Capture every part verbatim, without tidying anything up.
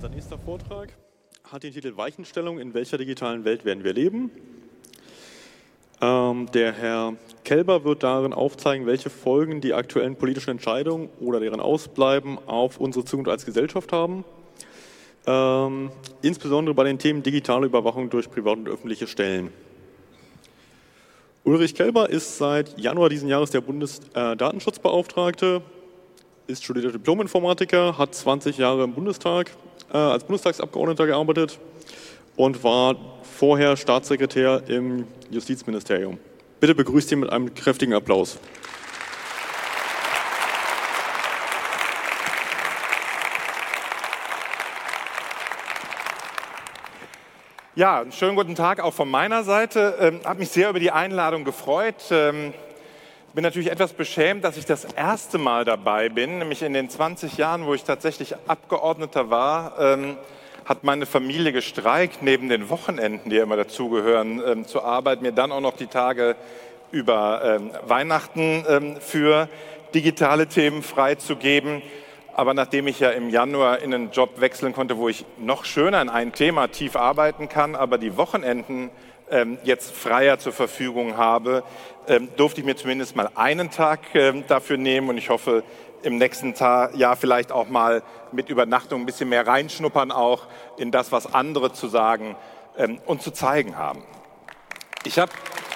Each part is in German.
Unser nächster Vortrag hat den Titel Weichenstellung, in welcher digitalen Welt werden wir leben? Ähm, der Herr Kelber wird darin aufzeigen, welche Folgen die aktuellen politischen Entscheidungen oder deren Ausbleiben auf unsere Zukunft als Gesellschaft haben. Ähm, insbesondere bei den Themen digitale Überwachung durch private und öffentliche Stellen. Ulrich Kelber ist seit Januar diesen Jahres der Bundesdatenschutzbeauftragte, ist studierter Diplom-Informatiker, hat zwanzig Jahre im Bundestag äh, als Bundestagsabgeordneter gearbeitet und war vorher Staatssekretär im Justizministerium. Bitte begrüßt ihn mit einem kräftigen Applaus. Ja, einen schönen guten Tag auch von meiner Seite. Ähm, habe mich sehr über die Einladung gefreut. Ähm, bin natürlich etwas beschämt, dass ich das erste Mal dabei bin, nämlich in den zwanzig Jahren, wo ich tatsächlich Abgeordneter war, ähm, hat meine Familie gestreikt, neben den Wochenenden, die ja immer dazugehören, ähm, zur Arbeit, mir dann auch noch die Tage über ähm, Weihnachten ähm, für digitale Themen freizugeben. Aber nachdem ich ja im Januar in einen Job wechseln konnte, wo ich noch schöner in ein Thema tief arbeiten kann, aber die Wochenenden ähm, jetzt freier zur Verfügung habe, ähm, durfte ich mir zumindest mal einen Tag ähm, dafür nehmen und ich hoffe, im nächsten Tag, Jahr vielleicht auch mal mit Übernachtung ein bisschen mehr reinschnuppern auch in das, was andere zu sagen ähm, und zu zeigen haben. Ich habe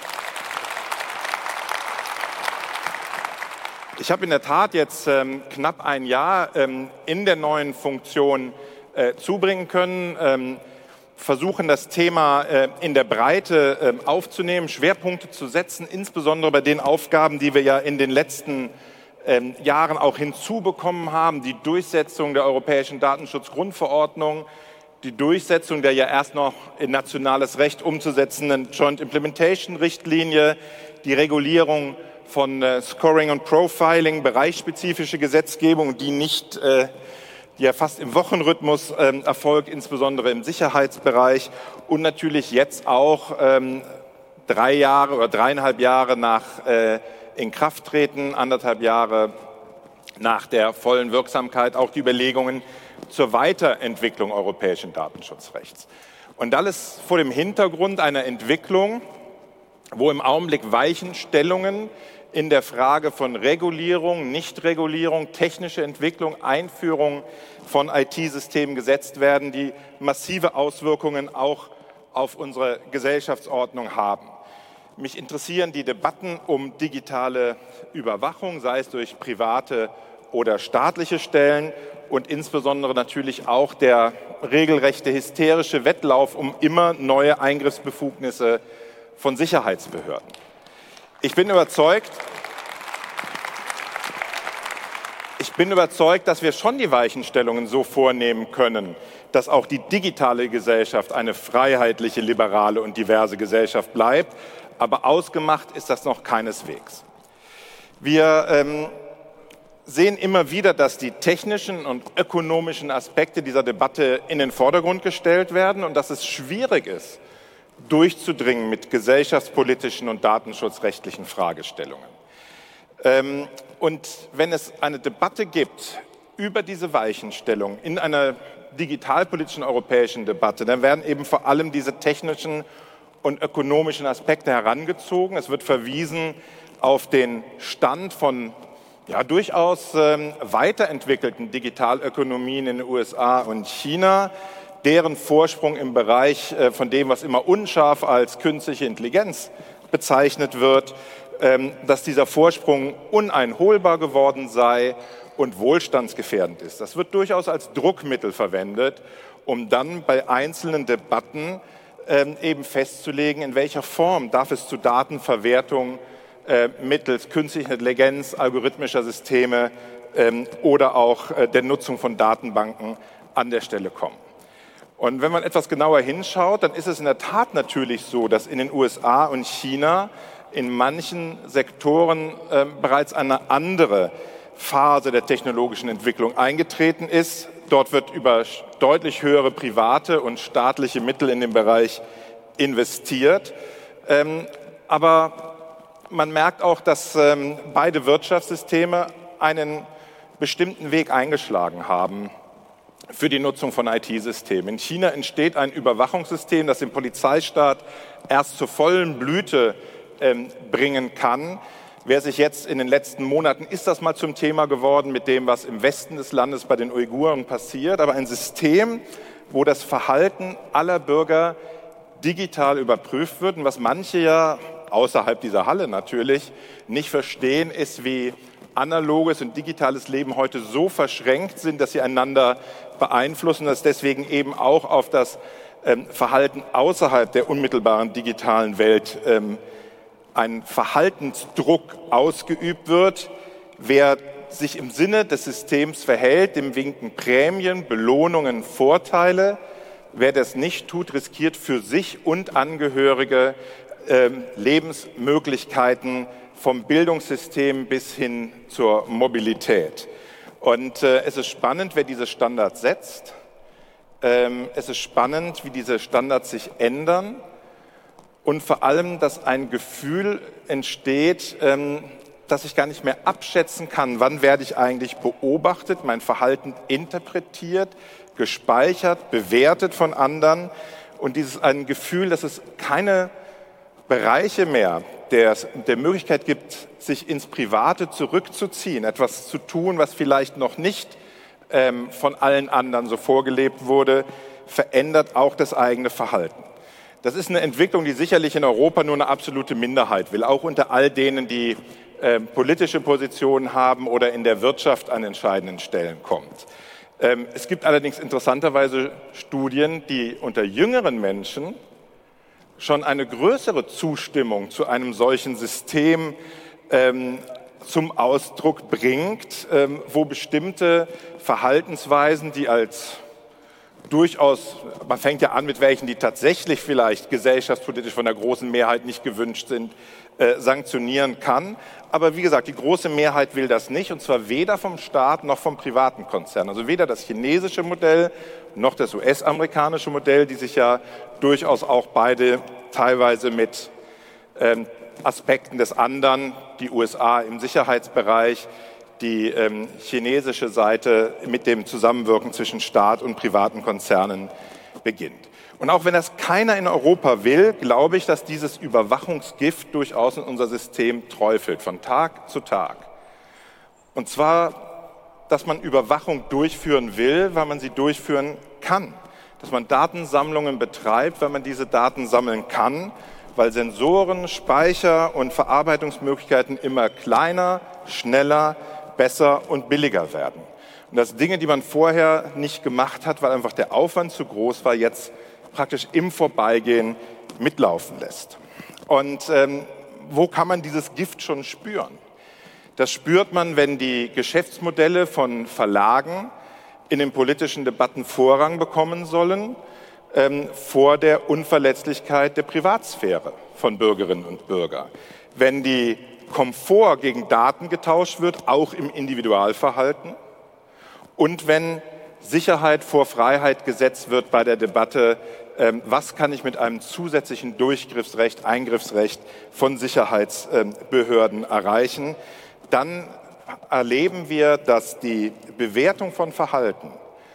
Ich habe in der Tat jetzt ähm, knapp ein Jahr ähm, in der neuen Funktion äh, zubringen können, ähm, versuchen das Thema äh, in der Breite äh, aufzunehmen, Schwerpunkte zu setzen, insbesondere bei den Aufgaben, die wir ja in den letzten ähm, Jahren auch hinzubekommen haben, die Durchsetzung der Europäischen Datenschutzgrundverordnung, die Durchsetzung der ja erst noch in nationales Recht umzusetzenden Joint Implementation Richtlinie, die Regulierung von äh, Scoring und Profiling, bereichsspezifische Gesetzgebung, die nicht, äh, die ja fast im Wochenrhythmus ähm, erfolgt, insbesondere im Sicherheitsbereich und natürlich jetzt auch ähm, drei Jahre oder dreieinhalb Jahre nach äh, Inkrafttreten, anderthalb Jahre nach der vollen Wirksamkeit auch die Überlegungen zur Weiterentwicklung europäischen Datenschutzrechts. Und alles vor dem Hintergrund einer Entwicklung, wo im Augenblick Weichenstellungen in der Frage von Regulierung, Nichtregulierung, technische Entwicklung, Einführung von I T-Systemen gesetzt werden, die massive Auswirkungen auch auf unsere Gesellschaftsordnung haben. Mich interessieren die Debatten um digitale Überwachung, sei es durch private oder staatliche Stellen und insbesondere natürlich auch der regelrechte hysterische Wettlauf um immer neue Eingriffsbefugnisse von Sicherheitsbehörden. Ich bin überzeugt, ich bin überzeugt, dass wir schon die Weichenstellungen so vornehmen können, dass auch die digitale Gesellschaft eine freiheitliche, liberale und diverse Gesellschaft bleibt. Aber ausgemacht ist das noch keineswegs. Wir ähm, sehen immer wieder, dass die technischen und ökonomischen Aspekte dieser Debatte in den Vordergrund gestellt werden und dass es schwierig ist, durchzudringen mit gesellschaftspolitischen und datenschutzrechtlichen Fragestellungen. Und wenn es eine Debatte gibt über diese Weichenstellung in einer digitalpolitischen europäischen Debatte, dann werden eben vor allem diese technischen und ökonomischen Aspekte herangezogen. Es wird verwiesen auf den Stand von ja, durchaus ähm, weiterentwickelten Digitalökonomien in den U S A und China, deren Vorsprung im Bereich von dem, was immer unscharf als künstliche Intelligenz bezeichnet wird, dass dieser Vorsprung uneinholbar geworden sei und wohlstandsgefährdend ist. Das wird durchaus als Druckmittel verwendet, um dann bei einzelnen Debatten eben festzulegen, in welcher Form darf es zu Datenverwertung mittels künstlicher Intelligenz, algorithmischer Systeme oder auch der Nutzung von Datenbanken an der Stelle kommen. Und wenn man etwas genauer hinschaut, dann ist es in der Tat natürlich so, dass in den U S A und China in manchen Sektoren äh, bereits eine andere Phase der technologischen Entwicklung eingetreten ist. Dort wird über deutlich höhere private und staatliche Mittel in den Bereich investiert. Ähm, aber man merkt auch, dass ähm, beide Wirtschaftssysteme einen bestimmten Weg eingeschlagen haben. für die Nutzung von I T-Systemen. In China entsteht ein Überwachungssystem, das den Polizeistaat erst zur vollen Blüte ähm, bringen kann. Wer sich jetzt in den letzten Monaten, ist das mal zum Thema geworden mit dem, was im Westen des Landes bei den Uiguren passiert, aber ein System, wo das Verhalten aller Bürger digital überprüft wird. Und was manche ja außerhalb dieser Halle natürlich nicht verstehen, ist, wie analoges und digitales Leben heute so verschränkt sind, dass sie einander beeinflussen, dass deswegen eben auch auf das ähm, Verhalten außerhalb der unmittelbaren digitalen Welt ähm, ein Verhaltensdruck ausgeübt wird. Wer sich im Sinne des Systems verhält, dem winken Prämien, Belohnungen, Vorteile. Wer das nicht tut, riskiert für sich und Angehörige äh, Lebensmöglichkeiten vom Bildungssystem bis hin zur Mobilität. Und äh, es ist spannend, wer diese Standards setzt. Ähm, es ist spannend, wie diese Standards sich ändern. Und vor allem, dass ein Gefühl entsteht, ähm, dass ich gar nicht mehr abschätzen kann, wann werde ich eigentlich beobachtet, mein Verhalten interpretiert, gespeichert, bewertet von anderen. Und dieses ein Gefühl, dass es keine Bereiche mehr der, der Möglichkeit gibt, sich ins Private zurückzuziehen, etwas zu tun, was vielleicht noch nicht ähm, von allen anderen so vorgelebt wurde, verändert auch das eigene Verhalten. Das ist eine Entwicklung, die sicherlich in Europa nur eine absolute Minderheit will, auch unter all denen, die äh, politische Positionen haben oder in der Wirtschaft an entscheidenden Stellen kommt. Ähm, es gibt allerdings interessanterweise Studien, die unter jüngeren Menschen schon eine größere Zustimmung zu einem solchen System ähm, zum Ausdruck bringt, ähm, wo bestimmte Verhaltensweisen, die als durchaus, man fängt ja an mit welchen, die tatsächlich vielleicht gesellschaftspolitisch von der großen Mehrheit nicht gewünscht sind, äh, sanktionieren kann. Aber wie gesagt, die große Mehrheit will das nicht, und zwar weder vom Staat noch vom privaten Konzern. Also weder das chinesische Modell noch das U S-amerikanische Modell, die sich ja durchaus auch beide teilweise mit ähm, Aspekten des anderen, die U S A im Sicherheitsbereich, die ähm, chinesische Seite mit dem Zusammenwirken zwischen Staat und privaten Konzernen beginnt. Und auch wenn das keiner in Europa will, glaube ich, dass dieses Überwachungsgift durchaus in unser System träufelt, von Tag zu Tag. Und zwar, dass man Überwachung durchführen will, weil man sie durchführen kann. Dass man Datensammlungen betreibt, weil man diese Daten sammeln kann, weil Sensoren, Speicher und Verarbeitungsmöglichkeiten immer kleiner, schneller, besser und billiger werden. Und dass Dinge, die man vorher nicht gemacht hat, weil einfach der Aufwand zu groß war, jetzt praktisch im Vorbeigehen mitlaufen lässt. Und ähm, wo kann man dieses Gift schon spüren? Das spürt man, wenn die Geschäftsmodelle von Verlagen in den politischen Debatten Vorrang bekommen sollen, ähm, vor der Unverletzlichkeit der Privatsphäre von Bürgerinnen und Bürgern. Wenn die Komfort gegen Daten getauscht wird, auch im Individualverhalten. Und wenn Sicherheit vor Freiheit gesetzt wird bei der Debatte, ähm, was kann ich mit einem zusätzlichen Durchgriffsrecht, Eingriffsrecht von Sicherheitsbehörden erreichen, dann erleben wir, dass die Bewertung von Verhalten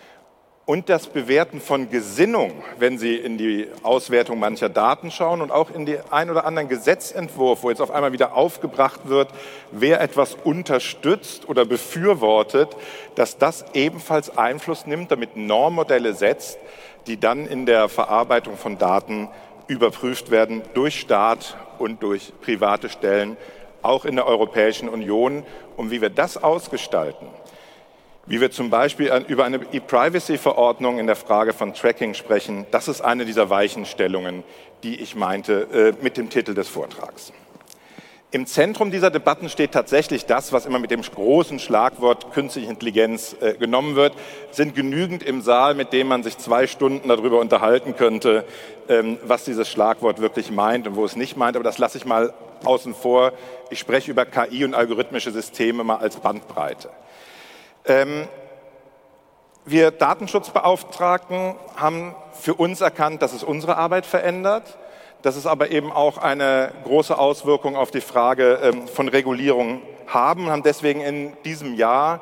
und das Bewerten von Gesinnung, wenn Sie in die Auswertung mancher Daten schauen und auch in den ein oder anderen Gesetzentwurf, wo jetzt auf einmal wieder aufgebracht wird, wer etwas unterstützt oder befürwortet, dass das ebenfalls Einfluss nimmt, damit Normmodelle setzt, die dann in der Verarbeitung von Daten überprüft werden durch Staat und durch private Stellen, auch in der Europäischen Union. Und wie wir das ausgestalten, wie wir zum Beispiel über eine E-Privacy-Verordnung in der Frage von Tracking sprechen, das ist eine dieser Weichenstellungen, die ich meinte mit dem Titel des Vortrags. Im Zentrum dieser Debatten steht tatsächlich das, was immer mit dem großen Schlagwort künstliche Intelligenz äh, genommen wird, sind genügend im Saal, mit dem man sich zwei Stunden darüber unterhalten könnte, ähm, was dieses Schlagwort wirklich meint und wo es nicht meint. Aber das lasse ich mal außen vor. Ich spreche über K I und algorithmische Systeme mal als Bandbreite. Ähm, wir Datenschutzbeauftragten haben für uns erkannt, dass es unsere Arbeit verändert. dass es aber eben auch eine große Auswirkung auf die Frage von Regulierung haben und haben deswegen in diesem Jahr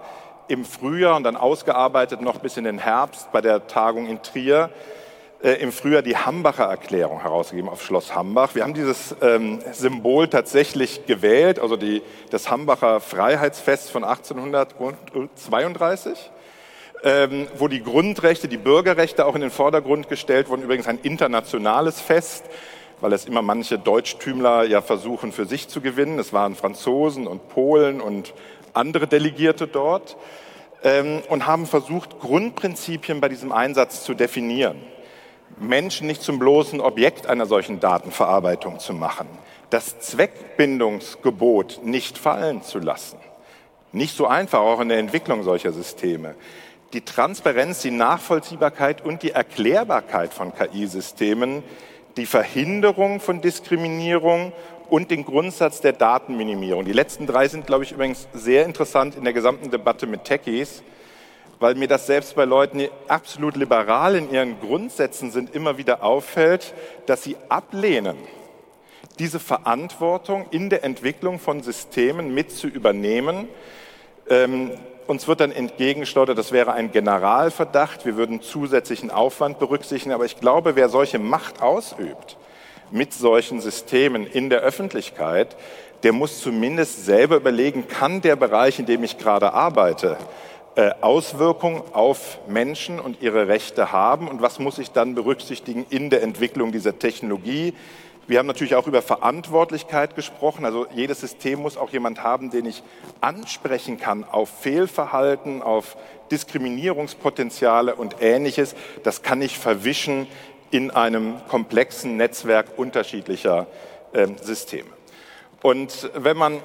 im Frühjahr und dann ausgearbeitet noch bis in den Herbst bei der Tagung in Trier, äh, im Frühjahr die Hambacher Erklärung herausgegeben auf Schloss Hambach. Wir haben dieses ähm, Symbol tatsächlich gewählt, also die, das Hambacher Freiheitsfest von achtzehnhundertzweiunddreißig. Ähm, wo die Grundrechte, die Bürgerrechte auch in den Vordergrund gestellt wurden. Übrigens ein internationales Fest, weil es immer manche Deutschtümler ja versuchen für sich zu gewinnen. Es waren Franzosen und Polen und andere Delegierte dort ähm, und haben versucht, Grundprinzipien bei diesem Einsatz zu definieren. Menschen nicht zum bloßen Objekt einer solchen Datenverarbeitung zu machen. Das Zweckbindungsgebot nicht fallen zu lassen. Nicht so einfach, auch in der Entwicklung solcher Systeme. Die Transparenz, die Nachvollziehbarkeit und die Erklärbarkeit von K I-Systemen, die Verhinderung von Diskriminierung und den Grundsatz der Datenminimierung. Die letzten drei sind, glaube ich, übrigens sehr interessant in der gesamten Debatte mit Techies, weil mir das selbst bei Leuten, die absolut liberal in ihren Grundsätzen sind, immer wieder auffällt, dass sie ablehnen, diese Verantwortung in der Entwicklung von Systemen mit zu übernehmen. Ähm, Uns wird dann entgegengeschleudert, das wäre ein Generalverdacht, wir würden zusätzlichen Aufwand berücksichtigen. Aber ich glaube, wer solche Macht ausübt mit solchen Systemen in der Öffentlichkeit, der muss zumindest selber überlegen, kann der Bereich, in dem ich gerade arbeite, Auswirkungen auf Menschen und ihre Rechte haben und was muss ich dann berücksichtigen in der Entwicklung dieser Technologie. Wir haben natürlich auch über Verantwortlichkeit gesprochen. Also jedes System muss auch jemand haben, den ich ansprechen kann auf Fehlverhalten, auf Diskriminierungspotenziale und Ähnliches. Das kann ich verwischen in einem komplexen Netzwerk unterschiedlicher äh, Systeme. Und wenn man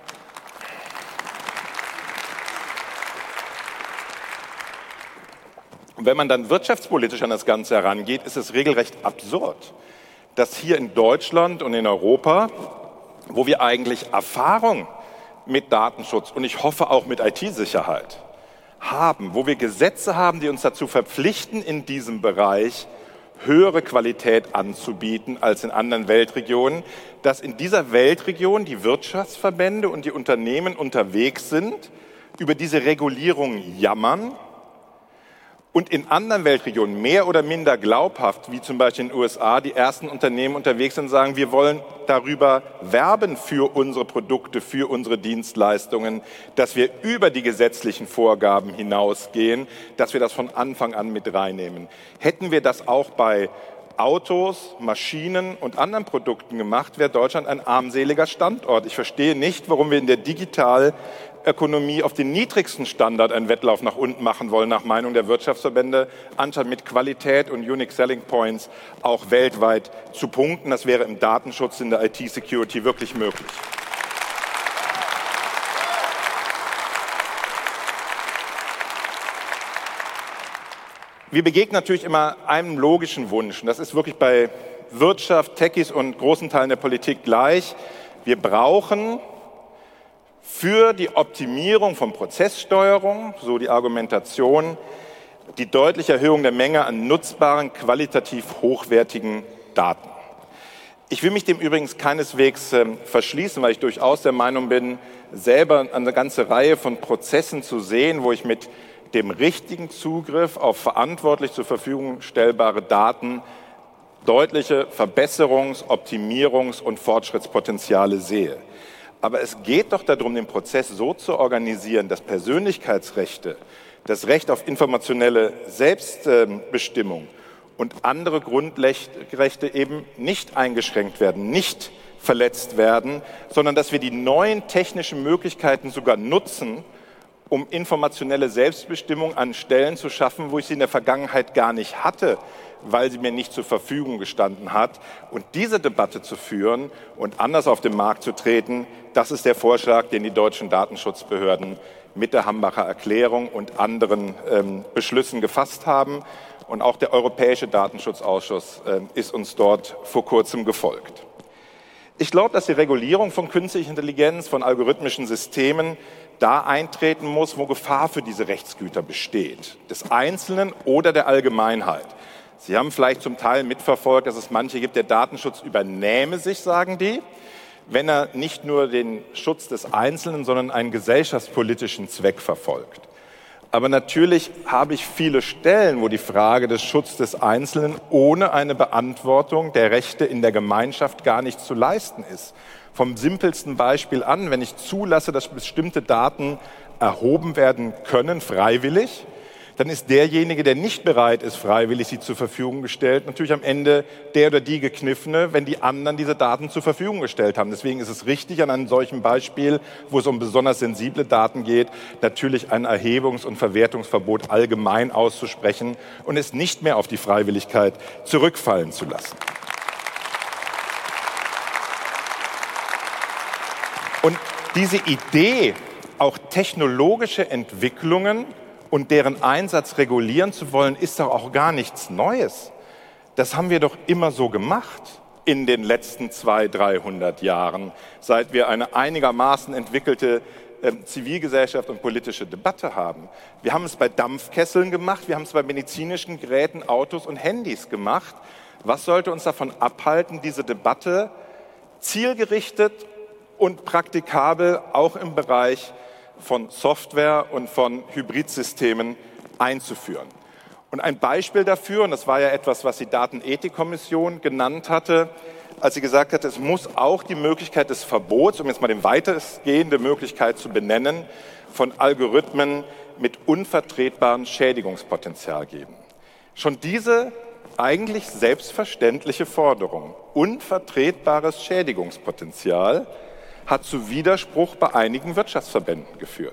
wenn man dann wirtschaftspolitisch an das Ganze herangeht, ist es regelrecht absurd, dass hier in Deutschland und in Europa, wo wir eigentlich Erfahrung mit Datenschutz und ich hoffe auch mit I T-Sicherheit haben, wo wir Gesetze haben, die uns dazu verpflichten, in diesem Bereich höhere Qualität anzubieten als in anderen Weltregionen, dass in dieser Weltregion die Wirtschaftsverbände und die Unternehmen unterwegs sind, über diese Regulierung jammern, und in anderen Weltregionen mehr oder minder glaubhaft, wie zum Beispiel in den U S A, die ersten Unternehmen unterwegs sind und sagen, wir wollen darüber werben für unsere Produkte, für unsere Dienstleistungen, dass wir über die gesetzlichen Vorgaben hinausgehen, dass wir das von Anfang an mit reinnehmen. Hätten wir das auch bei Autos, Maschinen und anderen Produkten gemacht, wäre Deutschland ein armseliger Standort. Ich verstehe nicht, warum wir in der Digitalökonomie auf den niedrigsten Standard einen Wettlauf nach unten machen wollen, nach Meinung der Wirtschaftsverbände, anstatt mit Qualität und Unique Selling Points auch weltweit zu punkten. Das wäre im Datenschutz, in der I T-Security wirklich möglich. Wir begegnen natürlich immer einem logischen Wunsch, und das ist wirklich bei Wirtschaft, Techies und großen Teilen der Politik gleich. Wir brauchen für die Optimierung von Prozesssteuerung, so die Argumentation, die deutliche Erhöhung der Menge an nutzbaren, qualitativ hochwertigen Daten. Ich will mich dem übrigens keineswegs äh, verschließen, weil ich durchaus der Meinung bin, selber eine ganze Reihe von Prozessen zu sehen, wo ich mit dem richtigen Zugriff auf verantwortlich zur Verfügung stellbare Daten deutliche Verbesserungs-, Optimierungs- und Fortschrittspotenziale sehe. Aber es geht doch darum, den Prozess so zu organisieren, dass Persönlichkeitsrechte, das Recht auf informationelle Selbstbestimmung und andere Grundrechte eben nicht eingeschränkt werden, nicht verletzt werden, sondern dass wir die neuen technischen Möglichkeiten sogar nutzen, um informationelle Selbstbestimmung an Stellen zu schaffen, wo ich sie in der Vergangenheit gar nicht hatte, weil sie mir nicht zur Verfügung gestanden hat. Und diese Debatte zu führen und anders auf den Markt zu treten, das ist der Vorschlag, den die deutschen Datenschutzbehörden mit der Hambacher Erklärung und anderen ähm, Beschlüssen gefasst haben. Und auch der Europäische Datenschutzausschuss äh, ist uns dort vor kurzem gefolgt. Ich glaube, dass die Regulierung von künstlicher Intelligenz, von algorithmischen Systemen da eintreten muss, wo Gefahr für diese Rechtsgüter besteht, des Einzelnen oder der Allgemeinheit. Sie haben vielleicht zum Teil mitverfolgt, dass es manche gibt, der Datenschutz übernehme sich, sagen die, wenn er nicht nur den Schutz des Einzelnen, sondern einen gesellschaftspolitischen Zweck verfolgt. Aber natürlich habe ich viele Stellen, wo die Frage des Schutzes des Einzelnen ohne eine Beantwortung der Rechte in der Gemeinschaft gar nicht zu leisten ist. Vom simpelsten Beispiel an, wenn ich zulasse, dass bestimmte Daten erhoben werden können, freiwillig, dann ist derjenige, der nicht bereit ist, freiwillig sie zur Verfügung gestellt, natürlich am Ende der oder die Gekniffene, wenn die anderen diese Daten zur Verfügung gestellt haben. Deswegen ist es richtig, an einem solchen Beispiel, wo es um besonders sensible Daten geht, natürlich ein Erhebungs- und Verwertungsverbot allgemein auszusprechen und es nicht mehr auf die Freiwilligkeit zurückfallen zu lassen. Und diese Idee, auch technologische Entwicklungen und deren Einsatz regulieren zu wollen, ist doch auch gar nichts Neues. Das haben wir doch immer so gemacht in den letzten zweihundert, dreihundert Jahren, seit wir eine einigermaßen entwickelte äh, Zivilgesellschaft und politische Debatte haben. Wir haben es bei Dampfkesseln gemacht, wir haben es bei medizinischen Geräten, Autos und Handys gemacht. Was sollte uns davon abhalten, diese Debatte zielgerichtet und praktikabel auch im Bereich von Software und von Hybridsystemen einzuführen? Und ein Beispiel dafür, und das war ja etwas, was die Datenethikkommission genannt hatte, als sie gesagt hat, es muss auch die Möglichkeit des Verbots, um jetzt mal die weitestgehende Möglichkeit zu benennen, von Algorithmen mit unvertretbarem Schädigungspotenzial geben. Schon diese eigentlich selbstverständliche Forderung, unvertretbares Schädigungspotenzial, hat zu Widerspruch bei einigen Wirtschaftsverbänden geführt.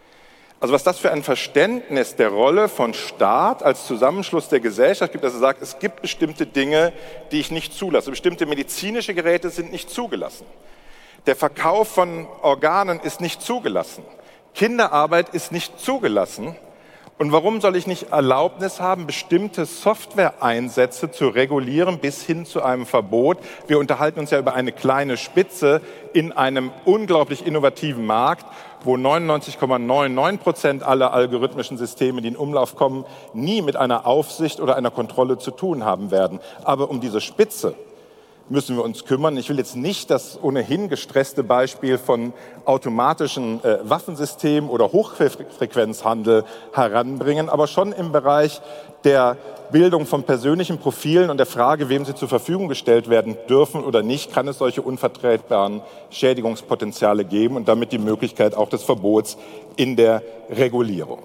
Also was das für ein Verständnis der Rolle von Staat als Zusammenschluss der Gesellschaft gibt, dass er sagt, es gibt bestimmte Dinge, die ich nicht zulasse. Bestimmte medizinische Geräte sind nicht zugelassen. Der Verkauf von Organen ist nicht zugelassen. Kinderarbeit ist nicht zugelassen. Und warum soll ich nicht Erlaubnis haben, bestimmte Software-Einsätze zu regulieren bis hin zu einem Verbot? Wir unterhalten uns ja über eine kleine Spitze in einem unglaublich innovativen Markt, wo neunundneunzig Komma neunundneunzig Prozent aller algorithmischen Systeme, die in Umlauf kommen, nie mit einer Aufsicht oder einer Kontrolle zu tun haben werden. Aber um diese Spitze müssen wir uns kümmern. Ich will jetzt nicht das ohnehin gestresste Beispiel von automatischen äh, Waffensystemen oder Hochfrequenzhandel heranbringen, aber schon im Bereich der Bildung von persönlichen Profilen und der Frage, wem sie zur Verfügung gestellt werden dürfen oder nicht, kann es solche unvertretbaren Schädigungspotenziale geben und damit die Möglichkeit auch des Verbots in der Regulierung.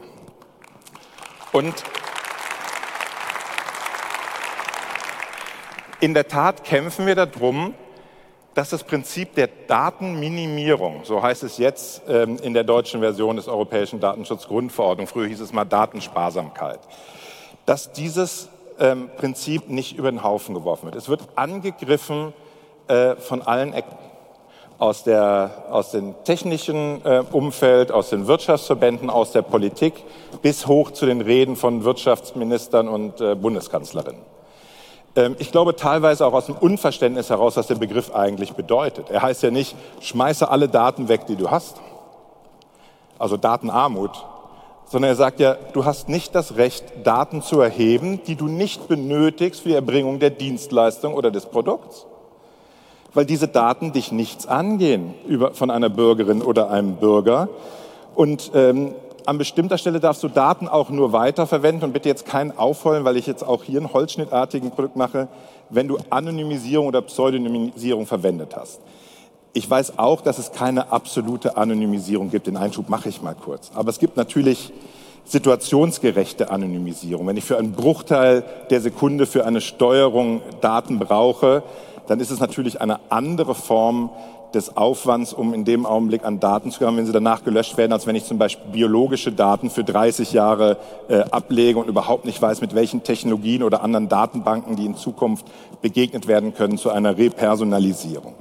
Und in der Tat kämpfen wir darum, dass das Prinzip der Datenminimierung, so heißt es jetzt ähm, in der deutschen Version des Europäischen Datenschutzgrundverordnung, früher hieß es mal Datensparsamkeit, dass dieses ähm, Prinzip nicht über den Haufen geworfen wird. Es wird angegriffen äh, von allen Ecken, aus, der, aus dem technischen äh, Umfeld, aus den Wirtschaftsverbänden, aus der Politik bis hoch zu den Reden von Wirtschaftsministern und äh, Bundeskanzlerinnen. Ich glaube teilweise auch aus dem Unverständnis heraus, was der Begriff eigentlich bedeutet. Er heißt ja nicht, schmeiße alle Daten weg, die du hast, also Datenarmut, sondern er sagt ja, du hast nicht das Recht, Daten zu erheben, die du nicht benötigst für die Erbringung der Dienstleistung oder des Produkts, weil diese Daten dich nichts angehen über, von einer Bürgerin oder einem Bürger. Und ähm, an bestimmter Stelle darfst du Daten auch nur weiterverwenden und bitte jetzt keinen aufheulen, weil ich jetzt auch hier einen holzschnittartigen Produkt mache, wenn du Anonymisierung oder Pseudonymisierung verwendet hast. Ich weiß auch, dass es keine absolute Anonymisierung gibt. Den Einschub mache ich mal kurz. Aber es gibt natürlich situationsgerechte Anonymisierung. Wenn ich für einen Bruchteil der Sekunde für eine Steuerung Daten brauche, dann ist es natürlich eine andere Form des Aufwands, um in dem Augenblick an Daten zu kommen, wenn sie danach gelöscht werden, als wenn ich zum Beispiel biologische Daten für dreißig Jahre äh, ablege und überhaupt nicht weiß, mit welchen Technologien oder anderen Datenbanken, die in Zukunft begegnet werden können, zu einer Repersonalisierung.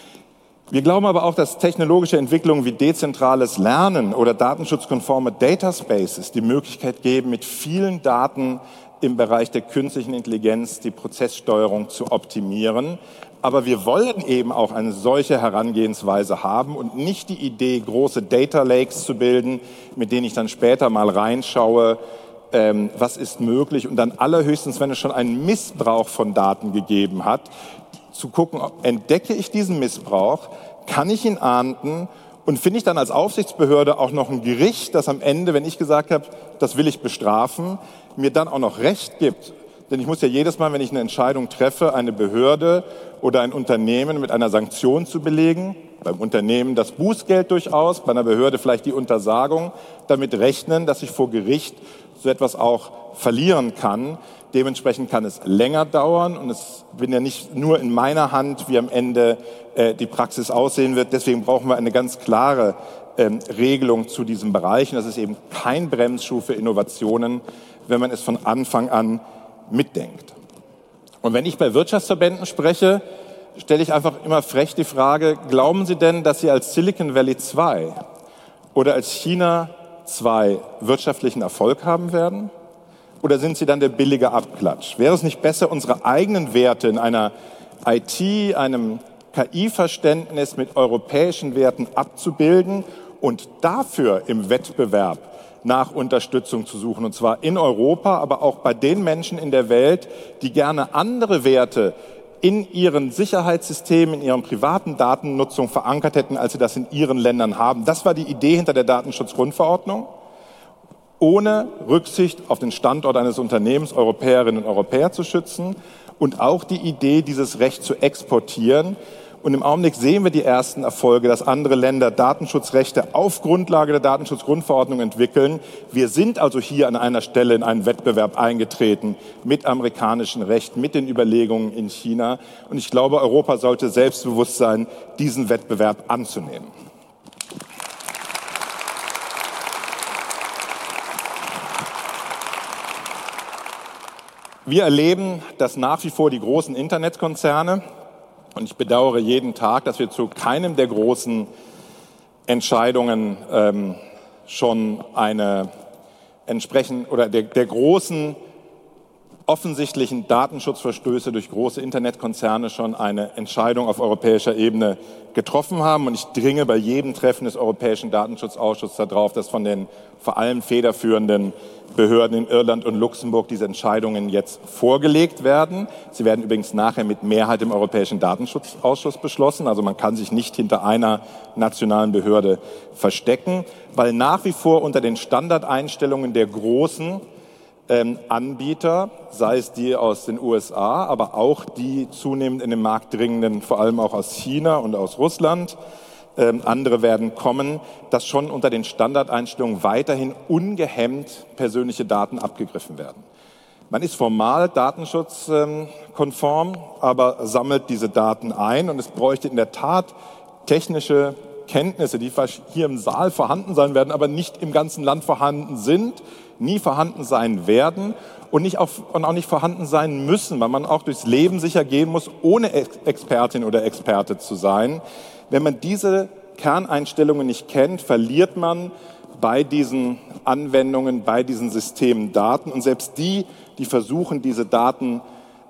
Wir glauben aber auch, dass technologische Entwicklungen wie dezentrales Lernen oder datenschutzkonforme Data Spaces die Möglichkeit geben, mit vielen Daten im Bereich der künstlichen Intelligenz die Prozesssteuerung zu optimieren. Aber wir wollen eben auch eine solche Herangehensweise haben und nicht die Idee, große Data Lakes zu bilden, mit denen ich dann später mal reinschaue, ähm, was ist möglich und dann allerhöchstens, wenn es schon einen Missbrauch von Daten gegeben hat, zu gucken, entdecke ich diesen Missbrauch, kann ich ihn ahnden Und finde ich dann als Aufsichtsbehörde auch noch ein Gericht, das am Ende, wenn ich gesagt habe, das will ich bestrafen, mir dann auch noch Recht gibt. Denn ich muss ja jedes Mal, wenn ich eine Entscheidung treffe, eine Behörde oder ein Unternehmen mit einer Sanktion zu belegen, beim Unternehmen das Bußgeld durchaus, bei einer Behörde vielleicht die Untersagung, damit rechnen, dass ich vor Gericht so etwas auch verlieren kann. Dementsprechend kann es länger dauern und es bin ja nicht nur in meiner Hand, wie am Ende äh, die Praxis aussehen wird. Deswegen brauchen wir eine ganz klare ähm, Regelung zu diesem Bereich. Und das ist eben kein Bremsschuh für Innovationen, wenn man es von Anfang an mitdenkt. Und wenn ich bei Wirtschaftsverbänden spreche, stelle ich einfach immer frech die Frage, glauben Sie denn, dass Sie als Silicon Valley zwei oder als China zwei wirtschaftlichen Erfolg haben werden? Oder sind Sie dann der billige Abklatsch? Wäre es nicht besser, unsere eigenen Werte in einer I T, einem K I-Verständnis mit europäischen Werten abzubilden und dafür im Wettbewerb nach Unterstützung zu suchen, und zwar in Europa, aber auch bei den Menschen in der Welt, die gerne andere Werte in ihren Sicherheitssystemen, in ihren privaten Datennutzung verankert hätten, als sie das in ihren Ländern haben. Das war die Idee hinter der Datenschutzgrundverordnung, ohne Rücksicht auf den Standort eines Unternehmens Europäerinnen und Europäer zu schützen und auch die Idee, dieses Recht zu exportieren. Und im Augenblick sehen wir die ersten Erfolge, dass andere Länder Datenschutzrechte auf Grundlage der Datenschutzgrundverordnung entwickeln. Wir sind also hier an einer Stelle in einen Wettbewerb eingetreten mit amerikanischem Recht, mit den Überlegungen in China. Und ich glaube, Europa sollte selbstbewusst sein, diesen Wettbewerb anzunehmen. Wir erleben, dass nach wie vor die großen Internetkonzerne, und ich bedauere jeden Tag, dass wir zu keinem der großen Entscheidungen ähm, schon eine entsprechend oder der, der großen offensichtlichen Datenschutzverstöße durch große Internetkonzerne schon eine Entscheidung auf europäischer Ebene getroffen haben. Und ich dringe bei jedem Treffen des Europäischen Datenschutzausschusses darauf, dass von den vor allem federführenden Behörden in Irland und Luxemburg diese Entscheidungen jetzt vorgelegt werden. Sie werden übrigens nachher mit Mehrheit im Europäischen Datenschutzausschuss beschlossen. Also man kann sich nicht hinter einer nationalen Behörde verstecken, weil nach wie vor unter den Standardeinstellungen der großen ähm, Anbieter, sei es die aus den U S A, aber auch die zunehmend in den Markt dringenden, vor allem auch aus China und aus Russland, Ähm, andere werden kommen, dass schon unter den Standardeinstellungen weiterhin ungehemmt persönliche Daten abgegriffen werden. Man ist formal datenschutzkonform, aber sammelt diese Daten ein und es bräuchte in der Tat technische Kenntnisse, die hier im Saal vorhanden sein werden, aber nicht im ganzen Land vorhanden sind, nie vorhanden sein werden und, nicht auch, und auch nicht vorhanden sein müssen, weil man auch durchs Leben sicher gehen muss, ohne Expertin oder Experte zu sein. Wenn man diese Kerneinstellungen nicht kennt, verliert man bei diesen Anwendungen, bei diesen Systemen Daten. Und selbst die, die versuchen, diese Datensammler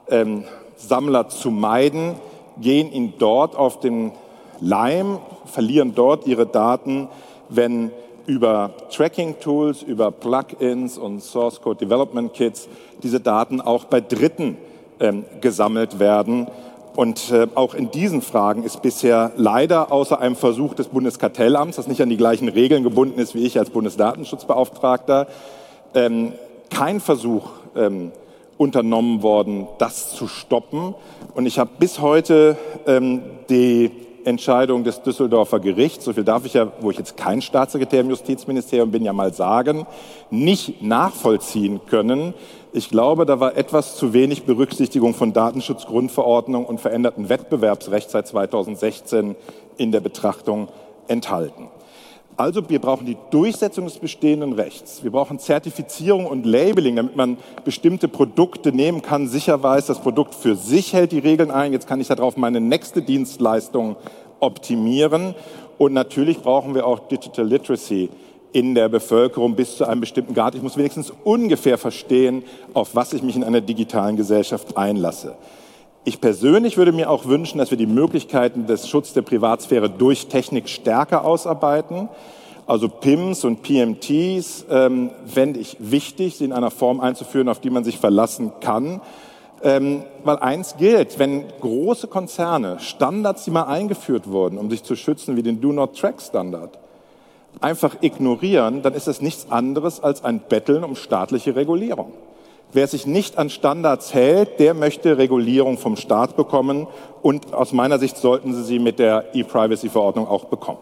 ähm, zu meiden, gehen ihnen dort auf den Leim, verlieren dort ihre Daten, wenn über Tracking-Tools, über Plugins und Source-Code-Development-Kits diese Daten auch bei Dritten ähm, gesammelt werden. Und äh, auch in diesen Fragen ist bisher leider außer einem Versuch des Bundeskartellamts, das nicht an die gleichen Regeln gebunden ist wie ich als Bundesdatenschutzbeauftragter, ähm, kein Versuch ähm, unternommen worden, das zu stoppen. Und ich habe bis heute ähm, die Entscheidung des Düsseldorfer Gerichts, so viel darf ich ja, wo ich jetzt kein Staatssekretär im Justizministerium bin, ja mal sagen, nicht nachvollziehen können. Ich glaube, da war etwas zu wenig Berücksichtigung von Datenschutzgrundverordnung und verändertem Wettbewerbsrecht seit zweitausendsechzehn in der Betrachtung enthalten. Also wir brauchen die Durchsetzung des bestehenden Rechts. Wir brauchen Zertifizierung und Labeling, damit man bestimmte Produkte nehmen kann, sicher weiß, das Produkt für sich hält die Regeln ein. Jetzt kann ich darauf meine nächste Dienstleistung optimieren. Und natürlich brauchen wir auch Digital Literacy in der Bevölkerung bis zu einem bestimmten Grad. Ich muss wenigstens ungefähr verstehen, auf was ich mich in einer digitalen Gesellschaft einlasse. Ich persönlich würde mir auch wünschen, dass wir die Möglichkeiten des Schutzes der Privatsphäre durch Technik stärker ausarbeiten. Also P I Ms und P M Ts ähm, fände ich wichtig, sie in einer Form einzuführen, auf die man sich verlassen kann. Ähm, weil eins gilt, wenn große Konzerne Standards, die mal eingeführt wurden, um sich zu schützen, wie den Do-Not-Track-Standard, einfach ignorieren, dann ist es nichts anderes als ein Betteln um staatliche Regulierung. Wer sich nicht an Standards hält, der möchte Regulierung vom Staat bekommen und aus meiner Sicht sollten Sie sie mit der E-Privacy-Verordnung auch bekommen.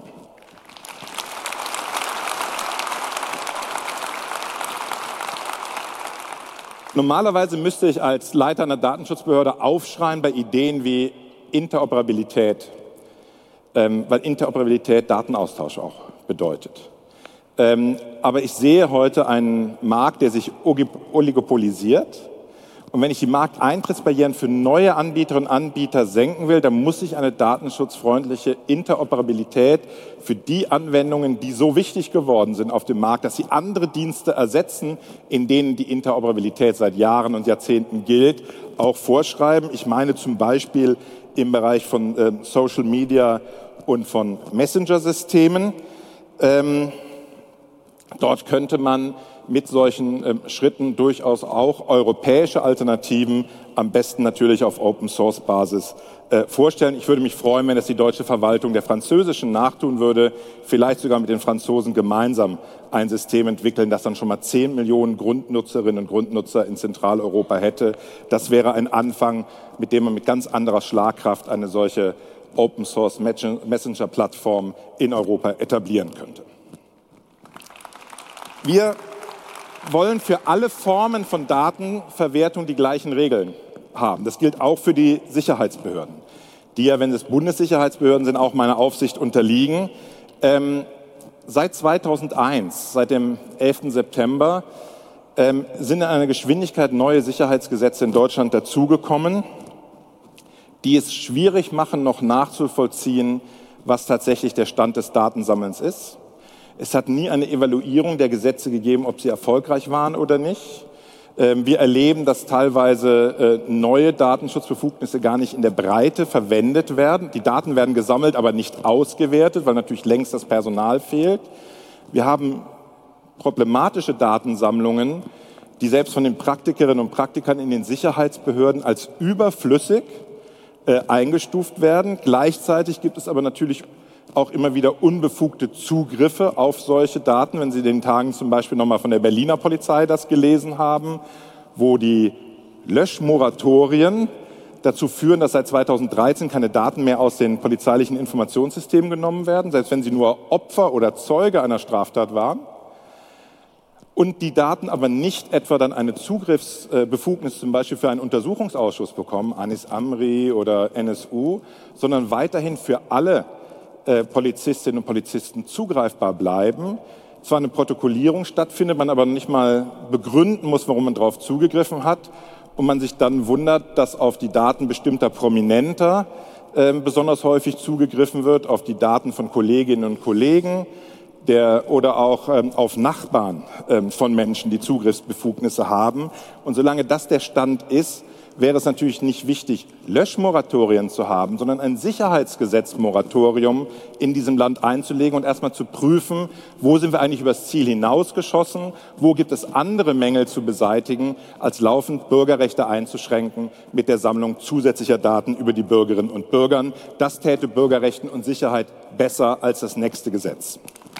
Normalerweise müsste ich als Leiter einer Datenschutzbehörde aufschreien bei Ideen wie Interoperabilität, ähm, weil Interoperabilität Datenaustausch auch bedeutet. Ähm, aber ich sehe heute einen Markt, der sich oligopolisiert. Und wenn ich die Markteintrittsbarrieren für neue Anbieterinnen und Anbieter senken will, dann muss ich eine datenschutzfreundliche Interoperabilität für die Anwendungen, die so wichtig geworden sind auf dem Markt, dass sie andere Dienste ersetzen, in denen die Interoperabilität seit Jahren und Jahrzehnten gilt, auch vorschreiben. Ich meine zum Beispiel im Bereich von äh, Social Media und von Messenger-Systemen. Ähm, dort könnte man mit solchen äh, Schritten durchaus auch europäische Alternativen, am besten natürlich auf Open-Source-Basis, äh, vorstellen. Ich würde mich freuen, wenn es die deutsche Verwaltung der französischen nachtun würde, vielleicht sogar mit den Franzosen gemeinsam ein System entwickeln, das dann schon mal zehn Millionen Grundnutzerinnen und Grundnutzer in Zentraleuropa hätte. Das wäre ein Anfang, mit dem man mit ganz anderer Schlagkraft eine solche Open-Source-Messenger-Plattform in Europa etablieren könnte. Wir wollen für alle Formen von Datenverwertung die gleichen Regeln haben. Das gilt auch für die Sicherheitsbehörden, die ja, wenn es Bundessicherheitsbehörden sind, auch meiner Aufsicht unterliegen. Ähm, seit zweitausendeins, seit dem elften September, ähm, sind in einer Geschwindigkeit neue Sicherheitsgesetze in Deutschland dazugekommen, die es schwierig machen, noch nachzuvollziehen, was tatsächlich der Stand des Datensammelns ist. Es hat nie eine Evaluierung der Gesetze gegeben, ob sie erfolgreich waren oder nicht. Wir erleben, dass teilweise neue Datenschutzbefugnisse gar nicht in der Breite verwendet werden. Die Daten werden gesammelt, aber nicht ausgewertet, weil natürlich längst das Personal fehlt. Wir haben problematische Datensammlungen, die selbst von den Praktikerinnen und Praktikern in den Sicherheitsbehörden als überflüssig äh, eingestuft werden. Gleichzeitig gibt es aber natürlich auch immer wieder unbefugte Zugriffe auf solche Daten, wenn Sie in den Tagen zum Beispiel nochmal von der Berliner Polizei das gelesen haben, wo die Löschmoratorien dazu führen, dass seit zweitausenddreizehn keine Daten mehr aus den polizeilichen Informationssystemen genommen werden, selbst wenn sie nur Opfer oder Zeuge einer Straftat waren. Und die Daten aber nicht etwa dann eine Zugriffsbefugnis zum Beispiel für einen Untersuchungsausschuss bekommen, Anis Amri oder N S U, sondern weiterhin für alle Äh, Polizistinnen und Polizisten zugreifbar bleiben. Zwar eine Protokollierung stattfindet, man aber nicht mal begründen muss, warum man darauf zugegriffen hat und man sich dann wundert, dass auf die Daten bestimmter Prominenter äh, besonders häufig zugegriffen wird, auf die Daten von Kolleginnen und Kollegen der, oder auch ähm, auf Nachbarn ähm, von Menschen, die Zugriffsbefugnisse haben. Und solange das der Stand ist, wäre es natürlich nicht wichtig, Löschmoratorien zu haben, sondern ein Sicherheitsgesetzmoratorium in diesem Land einzulegen und erstmal zu prüfen, wo sind wir eigentlich übers Ziel hinausgeschossen, wo gibt es andere Mängel zu beseitigen, als laufend Bürgerrechte einzuschränken mit der Sammlung zusätzlicher Daten über die Bürgerinnen und Bürger. Das täte Bürgerrechten und Sicherheit besser als das nächste Gesetz.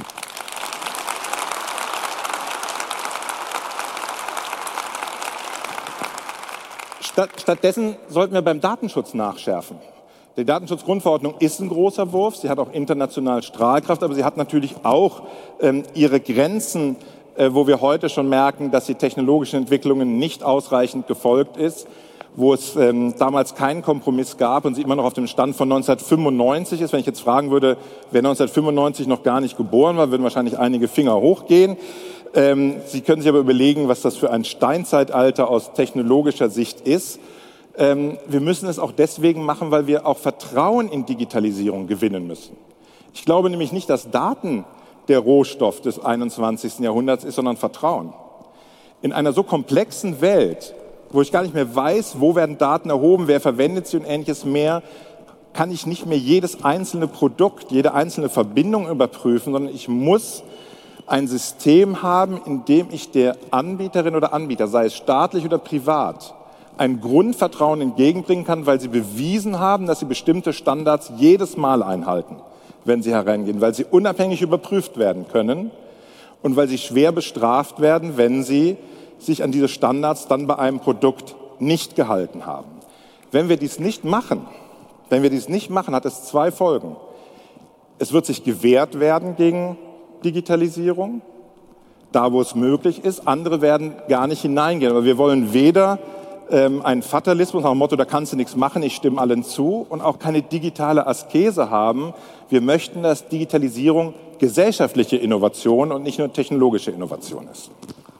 Stattdessen sollten wir beim Datenschutz nachschärfen. Die Datenschutzgrundverordnung ist ein großer Wurf, sie hat auch international Strahlkraft, aber sie hat natürlich auch ähm, ihre Grenzen, äh, wo wir heute schon merken, dass die technologischen Entwicklungen nicht ausreichend gefolgt ist, wo es ähm, damals keinen Kompromiss gab und sie immer noch auf dem Stand von neunzehnhundertfünfundneunzig ist. Wenn ich jetzt fragen würde, wer neunzehnhundertfünfundneunzig noch gar nicht geboren war, würden wahrscheinlich einige Finger hochgehen. Ähm, Sie können sich aber überlegen, was das für ein Steinzeitalter aus technologischer Sicht ist. Ähm, wir müssen es auch deswegen machen, weil wir auch Vertrauen in Digitalisierung gewinnen müssen. Ich glaube nämlich nicht, dass Daten der Rohstoff des einundzwanzigsten Jahrhunderts ist, sondern Vertrauen. In einer so komplexen Welt, wo ich gar nicht mehr weiß, wo werden Daten erhoben, wer verwendet sie und Ähnliches mehr, kann ich nicht mehr jedes einzelne Produkt, jede einzelne Verbindung überprüfen, sondern ich muss ein System haben, in dem ich der Anbieterin oder Anbieter, sei es staatlich oder privat, ein Grundvertrauen entgegenbringen kann, weil sie bewiesen haben, dass sie bestimmte Standards jedes Mal einhalten, wenn sie herangehen, weil sie unabhängig überprüft werden können und weil sie schwer bestraft werden, wenn sie sich an diese Standards dann bei einem Produkt nicht gehalten haben. Wenn wir dies nicht machen, wenn wir dies nicht machen, hat es zwei Folgen. Es wird sich gewehrt werden gegen Digitalisierung, da wo es möglich ist. Andere werden gar nicht hineingehen. Aber wir wollen weder ähm, einen Fatalismus nach dem Motto, da kannst du nichts machen, ich stimme allen zu, und auch keine digitale Askese haben. Wir möchten, dass Digitalisierung gesellschaftliche Innovation und nicht nur technologische Innovation ist.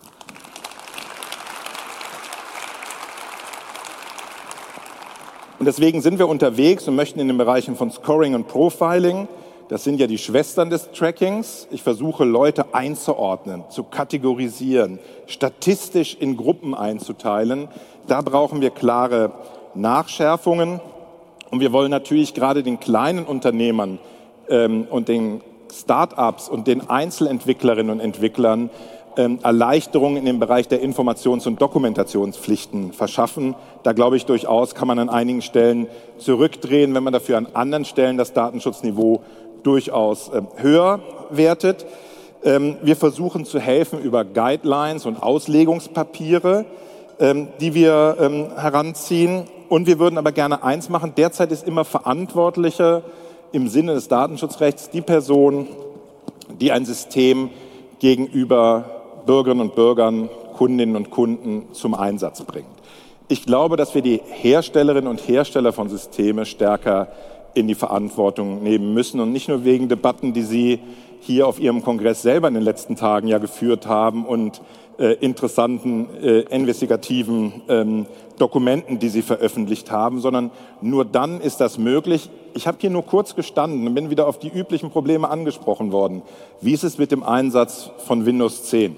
Und deswegen sind wir unterwegs und möchten in den Bereichen von Scoring und Profiling, das sind ja die Schwestern des Trackings, ich versuche Leute einzuordnen, zu kategorisieren, statistisch in Gruppen einzuteilen. Da brauchen wir klare Nachschärfungen. Und wir wollen natürlich gerade den kleinen Unternehmern ähm, und den Start-ups und den Einzelentwicklerinnen und Entwicklern ähm, Erleichterungen in dem Bereich der Informations- und Dokumentationspflichten verschaffen. Da glaube ich durchaus, kann man an einigen Stellen zurückdrehen, wenn man dafür an anderen Stellen das Datenschutzniveau durchaus äh, höher wertet. Ähm, wir versuchen zu helfen über Guidelines und Auslegungspapiere, ähm, die wir ähm, heranziehen. Und wir würden aber gerne eins machen. Derzeit ist immer verantwortlicher im Sinne des Datenschutzrechts die Person, die ein System gegenüber Bürgerinnen und Bürgern, Kundinnen und Kunden zum Einsatz bringt. Ich glaube, dass wir die Herstellerinnen und Hersteller von Systemen stärker in die Verantwortung nehmen müssen und nicht nur wegen Debatten, die Sie hier auf Ihrem Kongress selber in den letzten Tagen ja geführt haben und äh, interessanten äh, investigativen ähm, Dokumenten, die Sie veröffentlicht haben, sondern nur dann ist das möglich. Ich habe hier nur kurz gestanden und bin wieder auf die üblichen Probleme angesprochen worden. Wie ist es mit dem Einsatz von Windows zehn?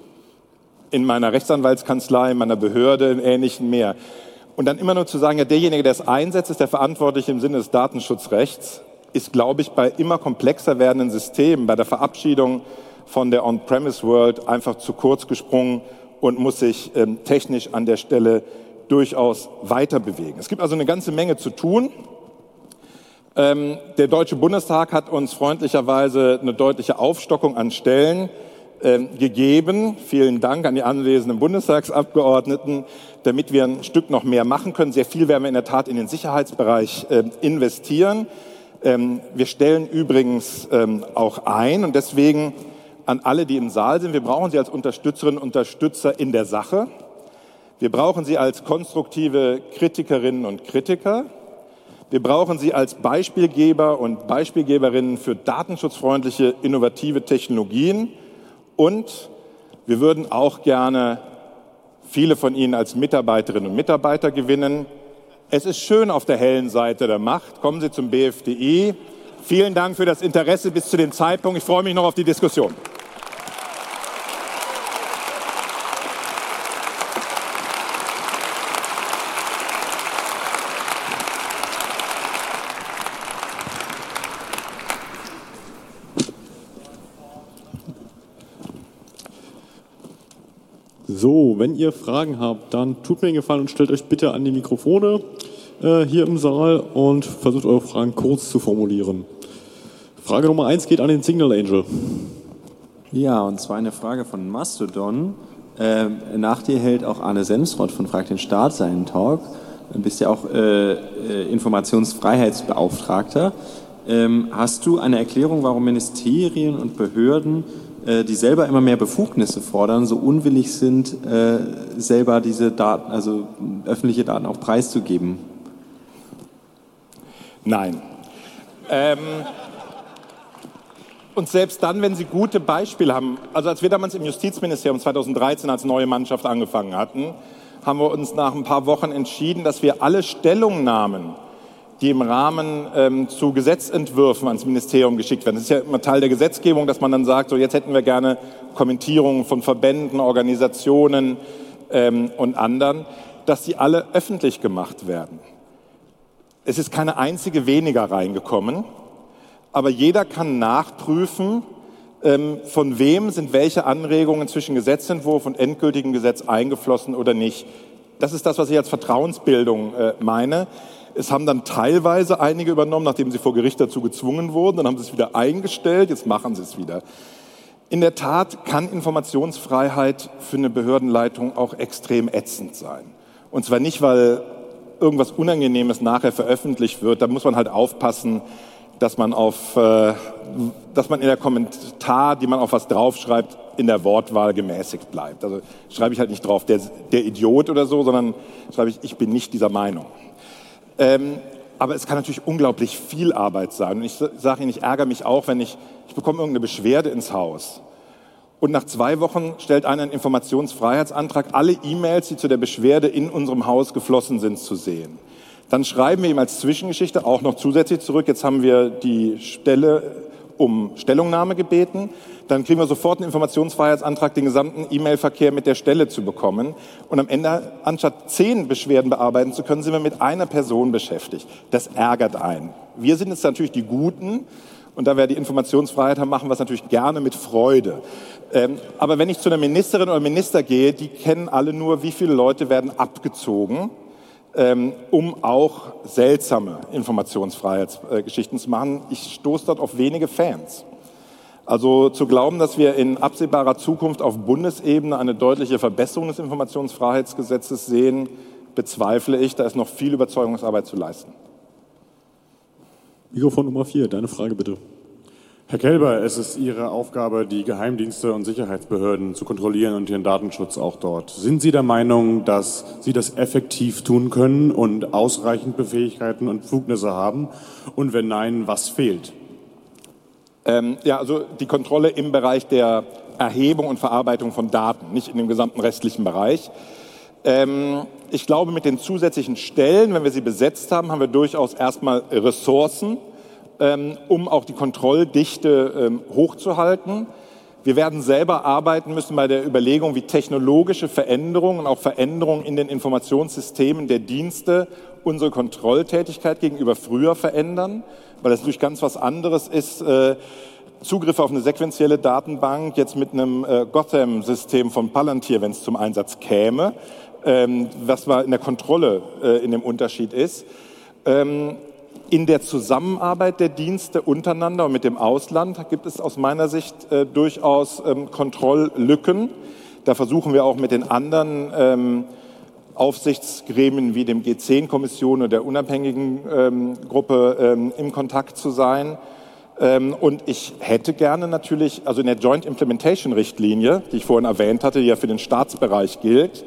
In meiner Rechtsanwaltskanzlei, in meiner Behörde, in Ähnlichem mehr. Und dann immer nur zu sagen, ja, derjenige, der es einsetzt, ist der Verantwortliche im Sinne des Datenschutzrechts, ist, glaube ich, bei immer komplexer werdenden Systemen, bei der Verabschiedung von der On-Premise-World einfach zu kurz gesprungen und muss sich ähm, technisch an der Stelle durchaus weiter bewegen. Es gibt also eine ganze Menge zu tun. Ähm, der Deutsche Bundestag hat uns freundlicherweise eine deutliche Aufstockung an Stellen ähm, gegeben. Vielen Dank an die anwesenden Bundestagsabgeordneten, damit wir ein Stück noch mehr machen können. Sehr viel werden wir in der Tat in den Sicherheitsbereich äh, investieren. Ähm, wir stellen übrigens ähm, auch ein und deswegen an alle, die im Saal sind, wir brauchen Sie als Unterstützerinnen und Unterstützer in der Sache. Wir brauchen Sie als konstruktive Kritikerinnen und Kritiker. Wir brauchen Sie als Beispielgeber und Beispielgeberinnen für datenschutzfreundliche, innovative Technologien. Und wir würden auch gerne viele von Ihnen als Mitarbeiterinnen und Mitarbeiter gewinnen. Es ist schön auf der hellen Seite der Macht. Kommen Sie zum B F D I. Vielen Dank für das Interesse bis zu dem Zeitpunkt. Ich freue mich noch auf die Diskussion. So, wenn ihr Fragen habt, dann tut mir einen Gefallen und stellt euch bitte an die Mikrofone äh, hier im Saal und versucht eure Fragen kurz zu formulieren. Frage Nummer eins geht an den Signal Angel. Ja, und zwar eine Frage von Mastodon. Äh, nach dir hält auch Arne Semsrott von Frag den Staat seinen Talk. Du bist ja auch äh, äh, Informationsfreiheitsbeauftragter. Ähm, hast du eine Erklärung, warum Ministerien und Behörden, äh, die selber immer mehr Befugnisse fordern, so unwillig sind, äh, selber diese Daten, also öffentliche Daten auch preiszugeben? Nein. Ähm, und selbst dann, wenn Sie gute Beispiele haben, also als wir damals im Justizministerium zweitausenddreizehn als neue Mannschaft angefangen hatten, haben wir uns nach ein paar Wochen entschieden, dass wir alle Stellungnahmen, die im Rahmen ähm, zu Gesetzentwürfen ans Ministerium geschickt werden. Das ist ja immer Teil der Gesetzgebung, dass man dann sagt, so jetzt hätten wir gerne Kommentierungen von Verbänden, Organisationen ähm, und anderen, dass die alle öffentlich gemacht werden. Es ist keine einzige weniger reingekommen, aber jeder kann nachprüfen, ähm, von wem sind welche Anregungen zwischen Gesetzentwurf und endgültigem Gesetz eingeflossen oder nicht. das ist das, was ich als Vertrauensbildung äh, meine. Es haben dann teilweise einige übernommen, nachdem sie vor Gericht dazu gezwungen wurden. Dann haben sie es wieder eingestellt, jetzt machen sie es wieder. In der Tat kann Informationsfreiheit für eine Behördenleitung auch extrem ätzend sein. Und zwar nicht, weil irgendwas Unangenehmes nachher veröffentlicht wird. Da muss man halt aufpassen, dass man auf, äh, dass man in der Kommentar, die man auf was draufschreibt, in der Wortwahl gemäßigt bleibt. Also schreibe ich halt nicht drauf, der, der Idiot oder so, sondern schreibe ich, ich bin nicht dieser Meinung. Ähm, aber es kann natürlich unglaublich viel Arbeit sein. Und ich sage Ihnen, ich ärgere mich auch, wenn ich, ich bekomme irgendeine Beschwerde ins Haus. Und nach zwei Wochen stellt einer einen Informationsfreiheitsantrag, alle E-Mails, die zu der Beschwerde in unserem Haus geflossen sind, zu sehen. Dann schreiben wir ihm als Zwischengeschichte auch noch zusätzlich zurück, jetzt haben wir die Stelle um Stellungnahme gebeten. Dann kriegen wir sofort einen Informationsfreiheitsantrag, den gesamten E-Mail-Verkehr mit der Stelle zu bekommen. Und am Ende, anstatt zehn Beschwerden bearbeiten zu können, sind wir mit einer Person beschäftigt. Das ärgert einen. Wir sind jetzt natürlich die Guten. Und da wir die Informationsfreiheit haben, machen wir es natürlich gerne mit Freude. Ähm, aber wenn ich zu einer Ministerin oder Minister gehe, die kennen alle nur, wie viele Leute werden abgezogen, ähm, um auch seltsame Informationsfreiheitsgeschichten äh, zu machen. Ich stoße dort auf wenige Fans. Also zu glauben, dass wir in absehbarer Zukunft auf Bundesebene eine deutliche Verbesserung des Informationsfreiheitsgesetzes sehen, bezweifle ich. Da ist noch viel Überzeugungsarbeit zu leisten. Mikrofon Nummer vier, deine Frage bitte. Herr Kelber, es ist Ihre Aufgabe, die Geheimdienste und Sicherheitsbehörden zu kontrollieren und ihren Datenschutz auch dort. Sind Sie der Meinung, dass Sie das effektiv tun können und ausreichend Befähigkeiten und Befugnisse haben? Und wenn nein, was fehlt? Ähm, ja, also die Kontrolle im Bereich der Erhebung und Verarbeitung von Daten, nicht in dem gesamten restlichen Bereich. Ähm, ich glaube, mit den zusätzlichen Stellen, wenn wir sie besetzt haben, haben wir durchaus erstmal Ressourcen, ähm, um auch die Kontrolldichte ähm, hochzuhalten. Wir werden selber arbeiten müssen bei der Überlegung, wie technologische Veränderungen und auch Veränderungen in den Informationssystemen der Dienste unsere Kontrolltätigkeit gegenüber früher verändern, weil das natürlich ganz was anderes ist, äh, Zugriff auf eine sequentielle Datenbank jetzt mit einem äh, Gotham-System von Palantir, wenn es zum Einsatz käme, ähm, was mal in der Kontrolle äh, in dem Unterschied ist. Ähm, in der Zusammenarbeit der Dienste untereinander und mit dem Ausland gibt es aus meiner Sicht äh, durchaus ähm, Kontrolllücken. Da versuchen wir auch mit den anderen ähm, Aufsichtsgremien wie dem G zehn Kommission oder der unabhängigen ähm, Gruppe ähm, im Kontakt zu sein. Ähm, und ich hätte gerne natürlich, also in der Joint Implementation Richtlinie, die ich vorhin erwähnt hatte, die ja für den Staatsbereich gilt,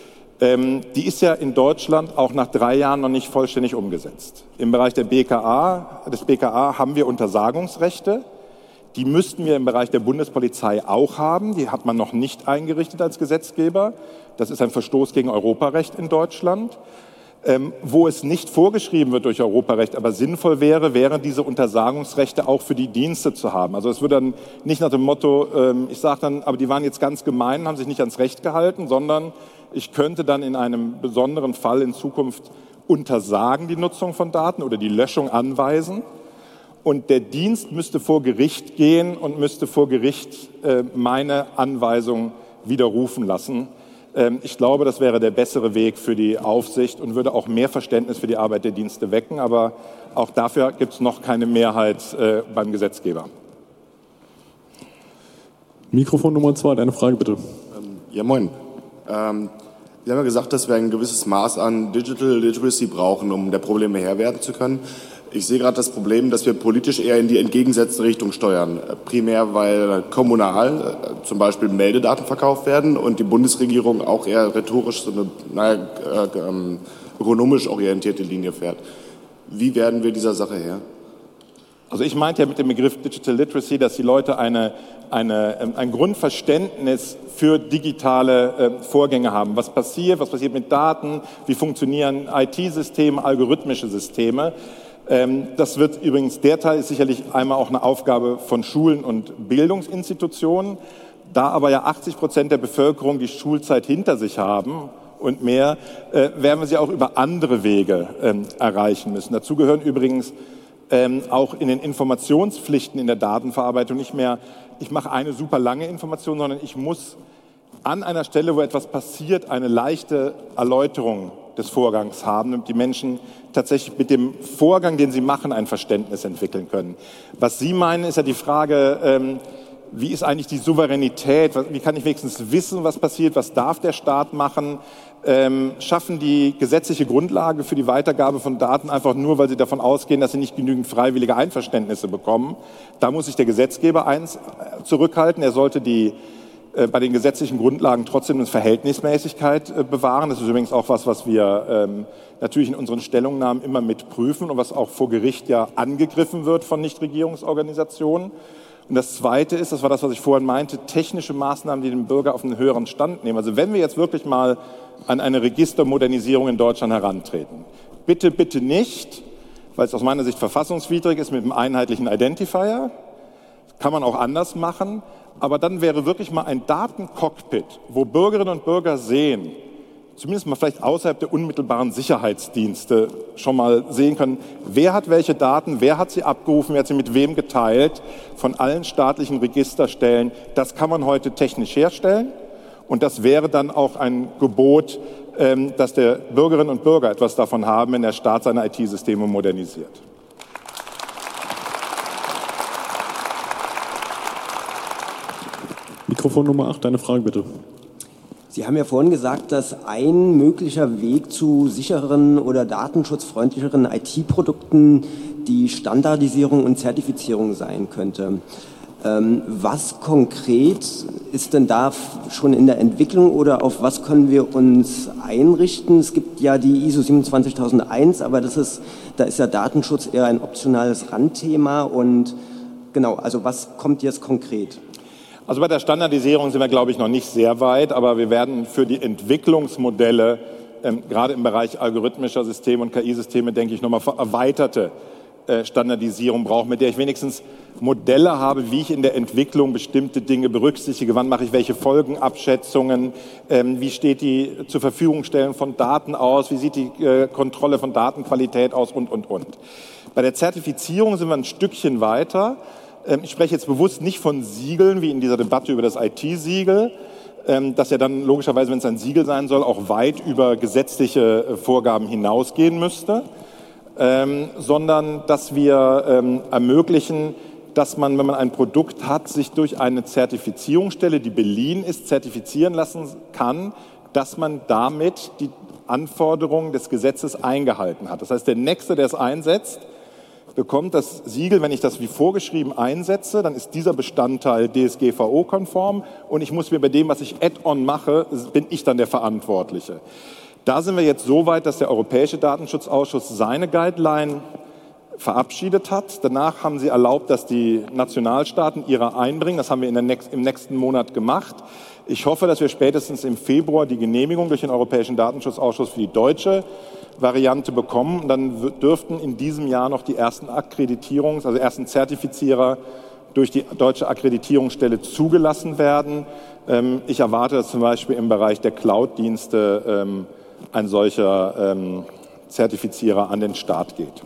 ähm, die ist ja in Deutschland auch nach drei Jahren noch nicht vollständig umgesetzt. Im Bereich der B K A, des B K A haben wir Untersagungsrechte. Die müssten wir im Bereich der Bundespolizei auch haben. Die hat man noch nicht eingerichtet als Gesetzgeber. Das ist ein Verstoß gegen Europarecht in Deutschland. Ähm, wo es nicht vorgeschrieben wird durch Europarecht, aber sinnvoll wäre, wären diese Untersagungsrechte auch für die Dienste zu haben. Also es würde dann nicht nach dem Motto, ähm, ich sage dann, aber die waren jetzt ganz gemein, haben sich nicht ans Recht gehalten, sondern ich könnte dann in einem besonderen Fall in Zukunft untersagen die Nutzung von Daten oder die Löschung anweisen. Und der Dienst müsste vor Gericht gehen und müsste vor Gericht äh, meine Anweisung widerrufen lassen. Ähm, ich glaube, das wäre der bessere Weg für die Aufsicht und würde auch mehr Verständnis für die Arbeit der Dienste wecken. Aber auch dafür gibt es noch keine Mehrheit äh, beim Gesetzgeber. Mikrofon Nummer zwei, deine Frage bitte. Ähm, ja, moin. Ähm, Sie haben ja gesagt, dass wir ein gewisses Maß an Digital Literacy brauchen, um der Probleme Herr werden zu können. Ich sehe gerade das Problem, dass wir politisch eher in die entgegengesetzte Richtung steuern. Primär, weil kommunal äh, zum Beispiel Meldedaten verkauft werden und die Bundesregierung auch eher rhetorisch so eine naja, äh, äh, ökonomisch orientierte Linie fährt. Wie werden wir dieser Sache Herr? Also ich meinte ja mit dem Begriff Digital Literacy, dass die Leute eine, eine, ein Grundverständnis für digitale äh, Vorgänge haben. Was passiert, was passiert mit Daten, wie funktionieren I T-Systeme, algorithmische Systeme. Ähm, das wird übrigens, der Teil ist sicherlich einmal auch eine Aufgabe von Schulen und Bildungsinstitutionen. Da aber ja achtzig Prozent der Bevölkerung die Schulzeit hinter sich haben und mehr, äh, werden wir sie auch über andere Wege ähm, erreichen müssen. Dazu gehören übrigens Ähm, auch in den Informationspflichten in der Datenverarbeitung nicht mehr, ich mache eine super lange Information, sondern ich muss an einer Stelle, wo etwas passiert, eine leichte Erläuterung des Vorgangs haben und die Menschen tatsächlich mit dem Vorgang, den sie machen, ein Verständnis entwickeln können. Was Sie meinen, ist ja die Frage, ähm, wie ist eigentlich die Souveränität? Wie kann ich wenigstens wissen, was passiert? Was darf der Staat machen? Ähm, schaffen die gesetzliche Grundlage für die Weitergabe von Daten einfach nur, weil sie davon ausgehen, dass sie nicht genügend freiwillige Einverständnisse bekommen? Da muss sich der Gesetzgeber eins zurückhalten. Er sollte die äh, bei den gesetzlichen Grundlagen trotzdem eine Verhältnismäßigkeit äh, bewahren. Das ist übrigens auch was, was wir ähm, natürlich in unseren Stellungnahmen immer mit prüfen und was auch vor Gericht ja angegriffen wird von Nichtregierungsorganisationen. Und das Zweite ist, das war das, was ich vorhin meinte, technische Maßnahmen, die den Bürger auf einen höheren Stand nehmen. Also wenn wir jetzt wirklich mal an eine Registermodernisierung in Deutschland herantreten, bitte, bitte nicht, weil es aus meiner Sicht verfassungswidrig ist, mit einem einheitlichen Identifier, kann man auch anders machen, aber dann wäre wirklich mal ein Datencockpit, wo Bürgerinnen und Bürger sehen, zumindest mal vielleicht außerhalb der unmittelbaren Sicherheitsdienste schon mal sehen können, wer hat welche Daten, wer hat sie abgerufen, wer hat sie mit wem geteilt, von allen staatlichen Registerstellen. Das kann man heute technisch herstellen und das wäre dann auch ein Gebot, dass der Bürgerinnen und Bürger etwas davon haben, wenn der Staat seine I T-Systeme modernisiert. Mikrofon Nummer acht, deine Frage bitte. Sie haben ja vorhin gesagt, dass ein möglicher Weg zu sichereren oder datenschutzfreundlicheren I T-Produkten die Standardisierung und Zertifizierung sein könnte. Ähm, was konkret ist denn da schon in der Entwicklung oder auf was können wir uns einrichten? Es gibt ja die I S O siebenundzwanzigtausendeins, aber das ist, da ist ja Datenschutz eher ein optionales Randthema. Und genau, also was kommt jetzt konkret? Also bei der Standardisierung sind wir, glaube ich, noch nicht sehr weit, aber wir werden für die Entwicklungsmodelle, ähm, gerade im Bereich algorithmischer Systeme und K I-Systeme, denke ich, nochmal erweiterte äh, Standardisierung brauchen, mit der ich wenigstens Modelle habe, wie ich in der Entwicklung bestimmte Dinge berücksichtige. Wann mache ich welche Folgenabschätzungen? Ähm, wie steht die zur Verfügungstellung von Daten aus? Wie sieht die äh, Kontrolle von Datenqualität aus? Und, und, und. Bei der Zertifizierung sind wir ein Stückchen weiter. Ich spreche jetzt bewusst nicht von Siegeln, wie in dieser Debatte über das I T-Siegel, das ja dann logischerweise, wenn es ein Siegel sein soll, auch weit über gesetzliche Vorgaben hinausgehen müsste, sondern dass wir ermöglichen, dass man, wenn man ein Produkt hat, sich durch eine Zertifizierungsstelle, die beliehen ist, zertifizieren lassen kann, dass man damit die Anforderungen des Gesetzes eingehalten hat. Das heißt, der Nächste, der es einsetzt, bekommt das Siegel, wenn ich das wie vorgeschrieben einsetze, dann ist dieser Bestandteil D S G V O-konform und ich muss mir bei dem, was ich Add-on mache, bin ich dann der Verantwortliche. Da sind wir jetzt so weit, dass der Europäische Datenschutzausschuss seine Guideline verabschiedet hat. Danach haben sie erlaubt, dass die Nationalstaaten ihre einbringen. Das haben wir in der nächsten, im nächsten Monat gemacht. Ich hoffe, dass wir spätestens im Februar die Genehmigung durch den Europäischen Datenschutzausschuss für die deutsche Variante bekommen. Und dann dürften in diesem Jahr noch die ersten Akkreditierungs-, also ersten Zertifizierer durch die deutsche Akkreditierungsstelle zugelassen werden. Ich erwarte, dass zum Beispiel im Bereich der Cloud-Dienste ein solcher Zertifizierer an den Start geht.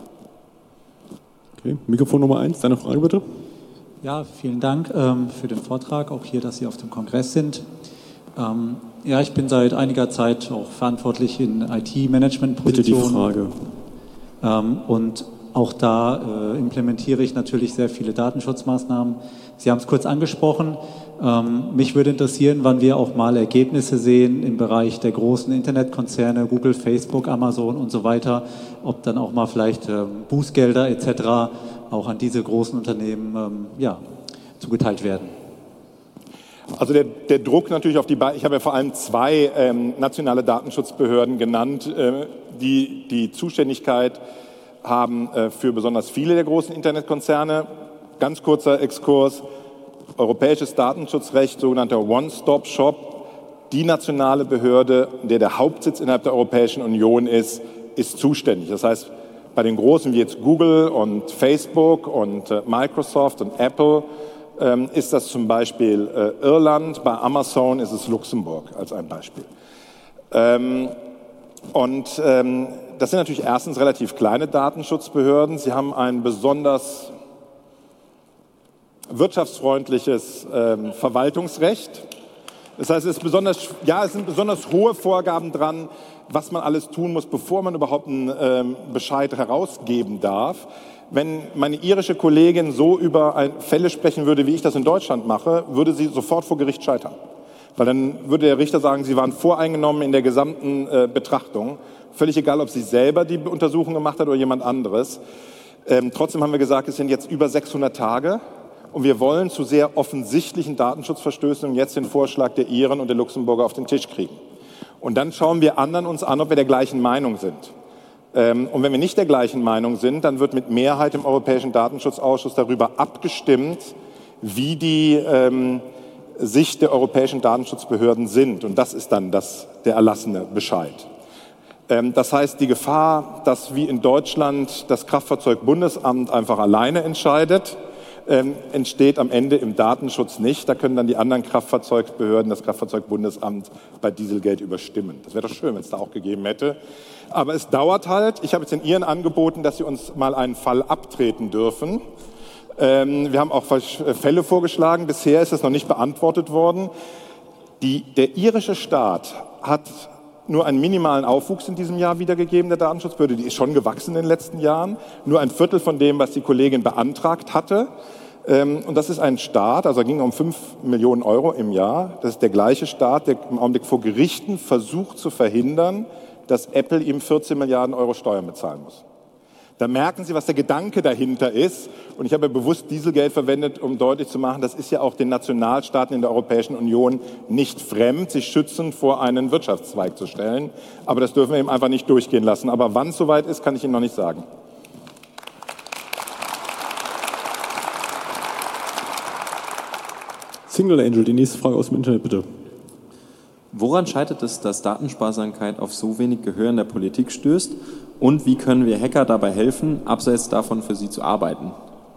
Okay, Mikrofon Nummer eins, deine Frage bitte. Ja, vielen Dank ähm, für den Vortrag, auch hier, dass Sie auf dem Kongress sind. Ähm, ja, ich bin seit einiger Zeit auch verantwortlich in I T-Management-Positionen. Bitte die Frage. Ähm, und auch da äh, implementiere ich natürlich sehr viele Datenschutzmaßnahmen. Sie haben es kurz angesprochen. Ähm, mich würde interessieren, wann wir auch mal Ergebnisse sehen im Bereich der großen Internetkonzerne, Google, Facebook, Amazon und so weiter, ob dann auch mal vielleicht ähm, Bußgelder et cetera auch an diese großen Unternehmen ähm, ja, zugeteilt werden. Also der, der Druck natürlich auf die, ich habe ja vor allem zwei ähm, nationale Datenschutzbehörden genannt, äh, die die Zuständigkeit haben äh, für besonders viele der großen Internetkonzerne. Ganz kurzer Exkurs. Europäisches Datenschutzrecht, sogenannter One-Stop-Shop. Die nationale Behörde, in der der Hauptsitz innerhalb der Europäischen Union ist, ist zuständig. Das heißt, bei den Großen wie jetzt Google und Facebook und äh, Microsoft und Apple ähm, ist das zum Beispiel äh, Irland, bei Amazon ist es Luxemburg als ein Beispiel. Ähm, und ähm, das sind natürlich erstens relativ kleine Datenschutzbehörden. Sie haben ein besonders wirtschaftsfreundliches ähm, Verwaltungsrecht. Das heißt, es ist besonders, ja, es sind besonders hohe Vorgaben dran, was man alles tun muss, bevor man überhaupt einen ähm, Bescheid herausgeben darf. Wenn meine irische Kollegin so über ein, Fälle sprechen würde, wie ich das in Deutschland mache, würde sie sofort vor Gericht scheitern. Weil dann würde der Richter sagen, sie waren voreingenommen in der gesamten äh, Betrachtung. Völlig egal, ob sie selber die Untersuchung gemacht hat oder jemand anderes. Ähm, trotzdem haben wir gesagt, es sind jetzt über sechshundert Tage. Und wir wollen zu sehr offensichtlichen Datenschutzverstößen jetzt den Vorschlag der Iren und der Luxemburger auf den Tisch kriegen. Und dann schauen wir anderen uns an, ob wir der gleichen Meinung sind. Und wenn wir nicht der gleichen Meinung sind, dann wird mit Mehrheit im Europäischen Datenschutzausschuss darüber abgestimmt, wie die ähm, Sicht der europäischen Datenschutzbehörden sind. Und das ist dann das, der erlassene Bescheid. Ähm, das heißt, die Gefahr, dass wie in Deutschland das Kraftfahrzeugbundesamt einfach alleine entscheidet, ähm, entsteht am Ende im Datenschutz nicht. Da können dann die anderen Kraftfahrzeugbehörden das Kraftfahrzeugbundesamt bei Dieselgate überstimmen. Das wäre doch schön, wenn es da auch gegeben hätte. Aber es dauert halt. Ich habe jetzt in Ihren angeboten, dass Sie uns mal einen Fall abtreten dürfen. Ähm, wir haben auch Fälle vorgeschlagen. Bisher ist es noch nicht beantwortet worden. Die, der irische Staat hat nur einen minimalen Aufwuchs in diesem Jahr wiedergegeben, der Datenschutzbehörde. Die ist schon gewachsen in den letzten Jahren. Nur ein Viertel von dem, was die Kollegin beantragt hatte. Ähm, und das ist ein Staat, also ging um fünf Millionen Euro im Jahr. Das ist der gleiche Staat, der im Augenblick vor Gerichten versucht zu verhindern, dass Apple ihm vierzehn Milliarden Euro Steuern bezahlen muss. Da merken Sie, was der Gedanke dahinter ist. Und ich habe ja bewusst Dieselgate verwendet, um deutlich zu machen, das ist ja auch den Nationalstaaten in der Europäischen Union nicht fremd, sich schützend vor einen Wirtschaftszweig zu stellen. Aber das dürfen wir eben einfach nicht durchgehen lassen. Aber wann es soweit ist, kann ich Ihnen noch nicht sagen. Single Angel, die nächste Frage aus dem Internet, bitte. Woran scheitert es, dass Datensparsamkeit auf so wenig Gehör in der Politik stößt? Und wie können wir Hacker dabei helfen, abseits davon für sie zu arbeiten?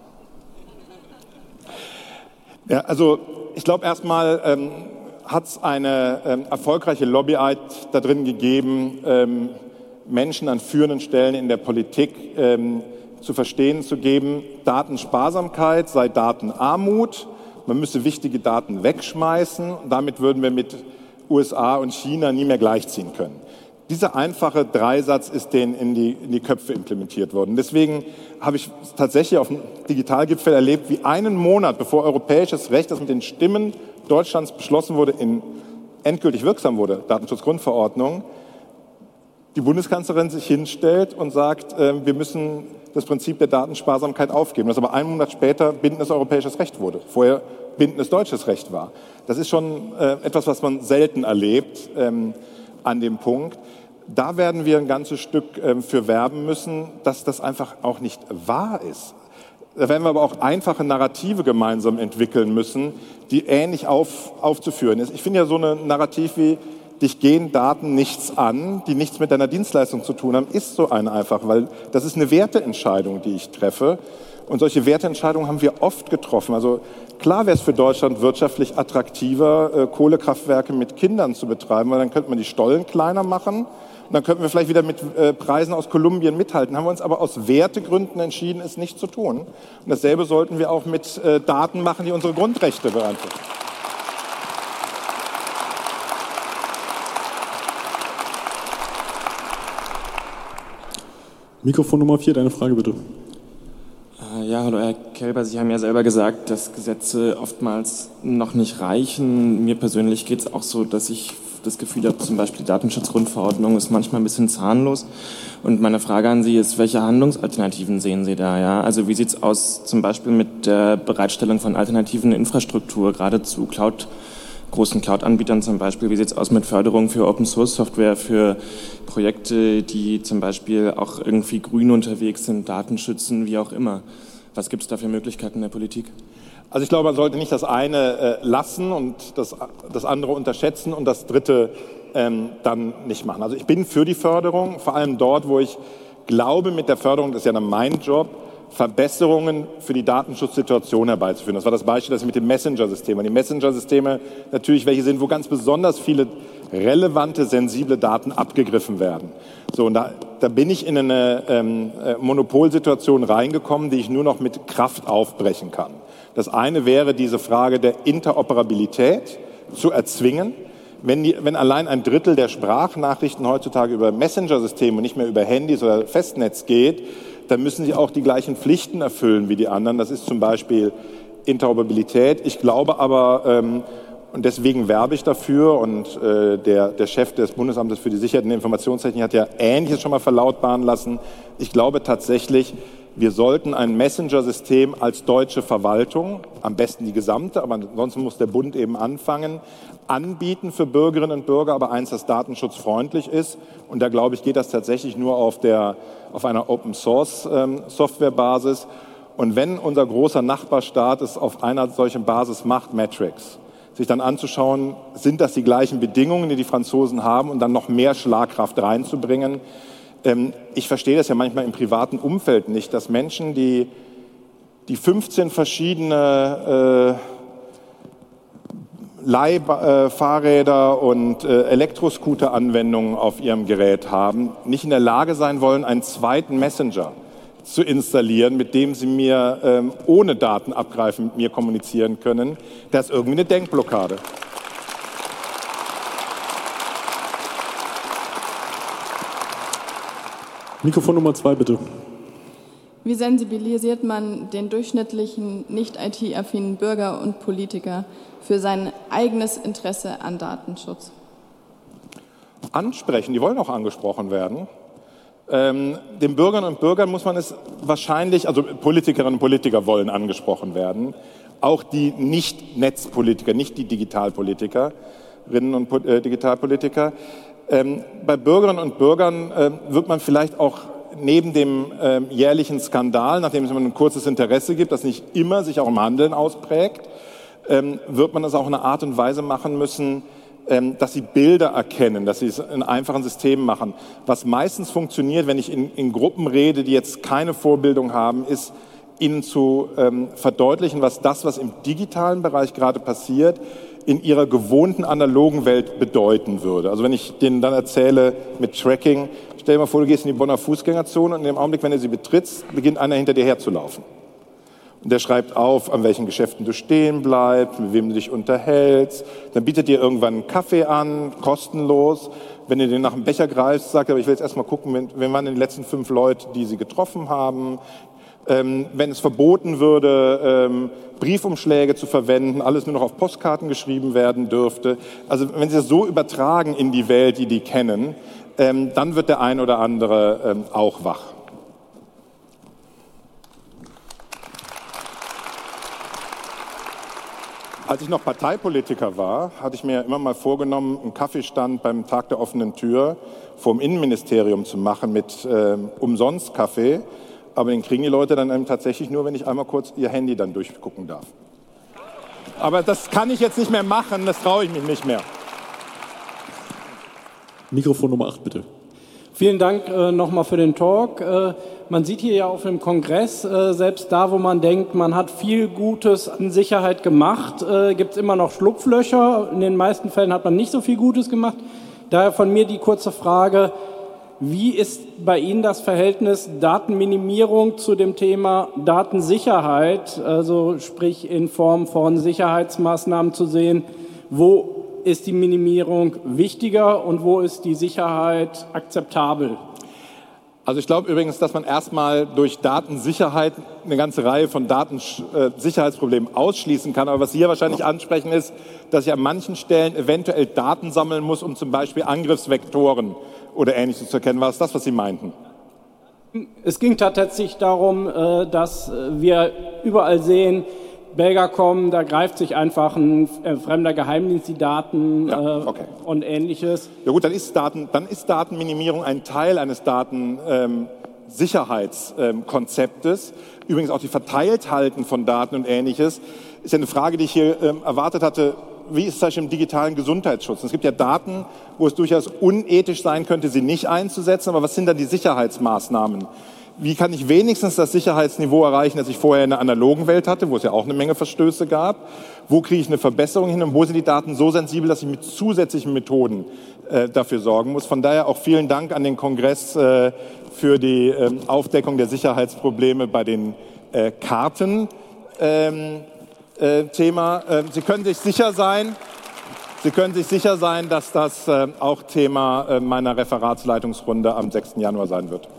Ja, also ich glaube erstmal ähm, hat es eine ähm, erfolgreiche Lobbyarbeit da drin gegeben, ähm, Menschen an führenden Stellen in der Politik ähm, zu verstehen zu geben, Datensparsamkeit sei Datenarmut, man müsse wichtige Daten wegschmeißen, damit würden wir mit U S A und China nie mehr gleichziehen können. Dieser einfache Dreisatz ist denen in die, in die Köpfe implementiert worden. Deswegen habe ich tatsächlich auf dem Digitalgipfel erlebt, wie einen Monat bevor europäisches Recht, das mit den Stimmen Deutschlands beschlossen wurde, in, endgültig wirksam wurde, Datenschutzgrundverordnung, die Bundeskanzlerin sich hinstellt und sagt, äh, wir müssen das Prinzip der Datensparsamkeit aufgeben, das aber einen Monat später bindendes europäisches Recht wurde, vorher bindendes deutsches Recht war. Das ist schon äh, etwas, was man selten erlebt ähm, an dem Punkt. Da werden wir ein ganzes Stück äh, für werben müssen, dass das einfach auch nicht wahr ist. Da werden wir aber auch einfache Narrative gemeinsam entwickeln müssen, die ähnlich auf, aufzuführen ist. Ich finde ja so eine Narrativ wie, dich gehen Daten nichts an, die nichts mit deiner Dienstleistung zu tun haben, ist so eine einfach, weil das ist eine Werteentscheidung, die ich treffe. Und solche Werteentscheidungen haben wir oft getroffen. Also klar wäre es für Deutschland wirtschaftlich attraktiver, äh, Kohlekraftwerke mit Kindern zu betreiben, weil dann könnte man die Stollen kleiner machen und dann könnten wir vielleicht wieder mit äh, Preisen aus Kolumbien mithalten. Haben wir uns aber aus Wertegründen entschieden, es nicht zu tun. Und dasselbe sollten wir auch mit äh, Daten machen, die unsere Grundrechte beantworten. Mikrofon Nummer vier, deine Frage bitte. Ja, hallo Herr Kelber, Sie haben ja selber gesagt, dass Gesetze oftmals noch nicht reichen. Mir persönlich geht es auch so, dass ich das Gefühl habe, zum Beispiel die Datenschutzgrundverordnung ist manchmal ein bisschen zahnlos. Und meine Frage an Sie ist, welche Handlungsalternativen sehen Sie da? Ja? Also wie sieht es aus zum Beispiel mit der Bereitstellung von alternativen Infrastruktur, gerade zu Cloud, großen Cloud-Anbietern zum Beispiel? Wie sieht es aus mit Förderung für Open-Source-Software, für Projekte, die zum Beispiel auch irgendwie grün unterwegs sind, Daten schützen, wie auch immer? Was gibt es da für Möglichkeiten in der Politik? Also ich glaube, man sollte nicht das eine äh, lassen und das, das andere unterschätzen und das dritte ähm, dann nicht machen. Also ich bin für die Förderung, vor allem dort, wo ich glaube, mit der Förderung, das ist ja dann mein Job, Verbesserungen für die Datenschutzsituation herbeizuführen. Das war das Beispiel, das ich mit dem Messenger-System. Und die Messenger-Systeme natürlich welche sind, wo ganz besonders viele relevante, sensible Daten abgegriffen werden. So, und da, da bin ich in eine ähm, Monopolsituation reingekommen, die ich nur noch mit Kraft aufbrechen kann. Das eine wäre diese Frage der Interoperabilität. zu erzwingen. Wenn, die, wenn allein ein Drittel der Sprachnachrichten heutzutage über Messenger-Systeme und nicht mehr über Handys oder Festnetz geht, dann müssen sie auch die gleichen Pflichten erfüllen wie die anderen. Das ist zum Beispiel Interoperabilität. Ich glaube aber, ähm, und deswegen werbe ich dafür, und äh, der, der Chef des Bundesamtes für die Sicherheit in der Informationstechnik hat ja Ähnliches schon mal verlautbaren lassen. Ich glaube tatsächlich, wir sollten ein Messenger-System als deutsche Verwaltung, am besten die gesamte, aber ansonsten muss der Bund eben anfangen, anbieten für Bürgerinnen und Bürger, aber eins, das datenschutzfreundlich ist. Und da, glaube ich, geht das tatsächlich nur auf, der, auf einer Open-Source-Software-Basis. Und wenn unser großer Nachbarstaat es auf einer solchen Basis macht, Matrix, sich dann anzuschauen, sind das die gleichen Bedingungen, die die Franzosen haben, und dann noch mehr Schlagkraft reinzubringen. Ähm, ich verstehe das ja manchmal im privaten Umfeld nicht, dass Menschen, die, die fünfzehn verschiedene äh, Leihfahrräder und äh, Elektroscooter-Anwendungen auf ihrem Gerät haben, nicht in der Lage sein wollen, einen zweiten Messenger zu installieren, mit dem sie mir ähm, ohne Datenabgreifen mit mir kommunizieren können. Das ist irgendwie eine Denkblockade. Mikrofon Nummer zwei, bitte. Wie sensibilisiert man den durchschnittlichen, nicht-I T-affinen Bürger und Politiker für sein eigenes Interesse an Datenschutz? Ansprechen, die wollen auch angesprochen werden. Ähm, den Bürgern und Bürgern muss man es wahrscheinlich, also Politikerinnen und Politiker wollen angesprochen werden, auch die Nicht-Netzpolitiker, nicht die Digitalpolitikerinnen und äh, Digitalpolitiker. Ähm, bei Bürgerinnen und Bürgern äh, wird man vielleicht auch neben dem äh, jährlichen Skandal, nachdem es immer ein kurzes Interesse gibt, das nicht immer sich auch im Handeln ausprägt, ähm, wird man das auch in einer Art und Weise machen müssen, dass sie Bilder erkennen, dass sie es in einfachen Systemen machen. Was meistens funktioniert, wenn ich in, in Gruppen rede, die jetzt keine Vorbildung haben, ist, ihnen zu ähm, verdeutlichen, was das, was im digitalen Bereich gerade passiert, in ihrer gewohnten analogen Welt bedeuten würde. Also wenn ich denen dann erzähle mit Tracking, stell dir mal vor, du gehst in die Bonner Fußgängerzone und in dem Augenblick, wenn du sie betrittst, beginnt einer hinter dir herzulaufen. Und der schreibt auf, an welchen Geschäften du stehen bleibst, mit wem du dich unterhältst. Dann bietet dir irgendwann einen Kaffee an, kostenlos. Wenn du den nach dem Becher greifst, sagt er, aber ich will jetzt erstmal gucken, wen waren denn die letzten fünf Leute, die sie getroffen haben. Ähm, wenn es verboten würde, ähm, Briefumschläge zu verwenden, alles nur noch auf Postkarten geschrieben werden dürfte. Also wenn sie das so übertragen in die Welt, die die kennen, ähm, dann wird der ein oder andere ähm, auch wach. Als ich noch Parteipolitiker war, hatte ich mir immer mal vorgenommen, einen Kaffeestand beim Tag der offenen Tür vor dem Innenministerium zu machen mit äh, umsonst Kaffee. Aber den kriegen die Leute dann eben tatsächlich nur, wenn ich einmal kurz ihr Handy dann durchgucken darf. Aber das kann ich jetzt nicht mehr machen, das traue ich mich nicht mehr. Mikrofon Nummer acht, bitte. Vielen Dank äh, nochmal für den Talk. Äh, man sieht hier ja auf dem Kongress, äh, selbst da, wo man denkt, man hat viel Gutes an Sicherheit gemacht, äh, gibt es immer noch Schlupflöcher. In den meisten Fällen hat man nicht so viel Gutes gemacht. Daher von mir die kurze Frage, wie ist bei Ihnen das Verhältnis Datenminimierung zu dem Thema Datensicherheit, also sprich in Form von Sicherheitsmaßnahmen zu sehen, wo ist die Minimierung wichtiger und wo ist die Sicherheit akzeptabel? Also ich glaube übrigens, dass man erstmal durch Datensicherheit eine ganze Reihe von Datensicherheitsproblemen ausschließen kann. Aber was Sie hier wahrscheinlich ansprechen ist, dass ich an manchen Stellen eventuell Daten sammeln muss, um zum Beispiel Angriffsvektoren oder Ähnliches zu erkennen. War es das, was Sie meinten? Es ging tatsächlich darum, dass wir überall sehen, Belgacom, da greift sich einfach ein äh, fremder Geheimdienst die Daten ja, okay. äh, und Ähnliches. Ja gut, dann ist, Daten, dann ist Datenminimierung ein Teil eines Datensicherheitskonzeptes. Ähm, Übrigens auch die Verteilthalten von Daten und Ähnliches ist ja eine Frage, die ich hier ähm, erwartet hatte. Wie ist es zum Beispiel im digitalen Gesundheitsschutz? Es gibt ja Daten, wo es durchaus unethisch sein könnte, sie nicht einzusetzen. Aber was sind dann die Sicherheitsmaßnahmen? Wie kann ich wenigstens das Sicherheitsniveau erreichen, das ich vorher in der analogen Welt hatte, wo es ja auch eine Menge Verstöße gab? Wo kriege ich eine Verbesserung hin und wo sind die Daten so sensibel, dass ich mit zusätzlichen Methoden äh, dafür sorgen muss? Von daher auch vielen Dank an den Kongress äh, für die äh, Aufdeckung der Sicherheitsprobleme bei den äh, Karten. Ähm, äh, Thema. Äh, Sie können sich sicher sein, Sie können sich sicher sein, dass das äh, auch Thema äh, meiner Referatsleitungsrunde am sechsten Januar sein wird.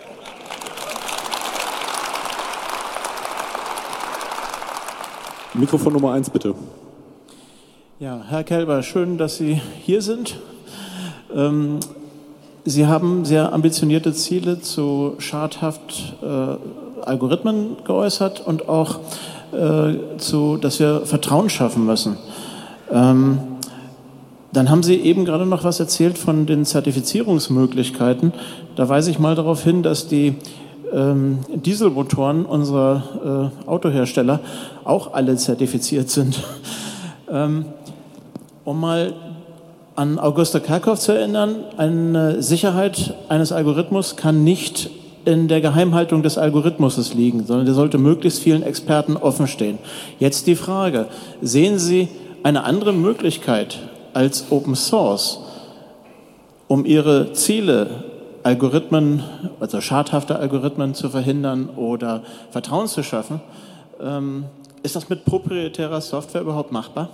Mikrofon Nummer eins, bitte. Ja, Herr Kelber, schön, dass Sie hier sind. Ähm, Sie haben sehr ambitionierte Ziele zu schadhaft äh, Algorithmen geäußert und auch äh, zu, dass wir Vertrauen schaffen müssen. Ähm, dann haben Sie eben gerade noch was erzählt von den Zertifizierungsmöglichkeiten. Da weise ich mal darauf hin, dass die ähm, Dieselmotoren unserer äh, Autohersteller auch alle zertifiziert sind. ähm, um mal an Augusta Kerckhoff zu erinnern, eine Sicherheit eines Algorithmus kann nicht in der Geheimhaltung des Algorithmus liegen, sondern der sollte möglichst vielen Experten offen stehen. Jetzt die Frage, sehen Sie eine andere Möglichkeit als Open Source, um Ihre Ziele, Algorithmen, also schadhafte Algorithmen zu verhindern oder Vertrauen zu schaffen? Ähm, ist das mit proprietärer Software überhaupt machbar?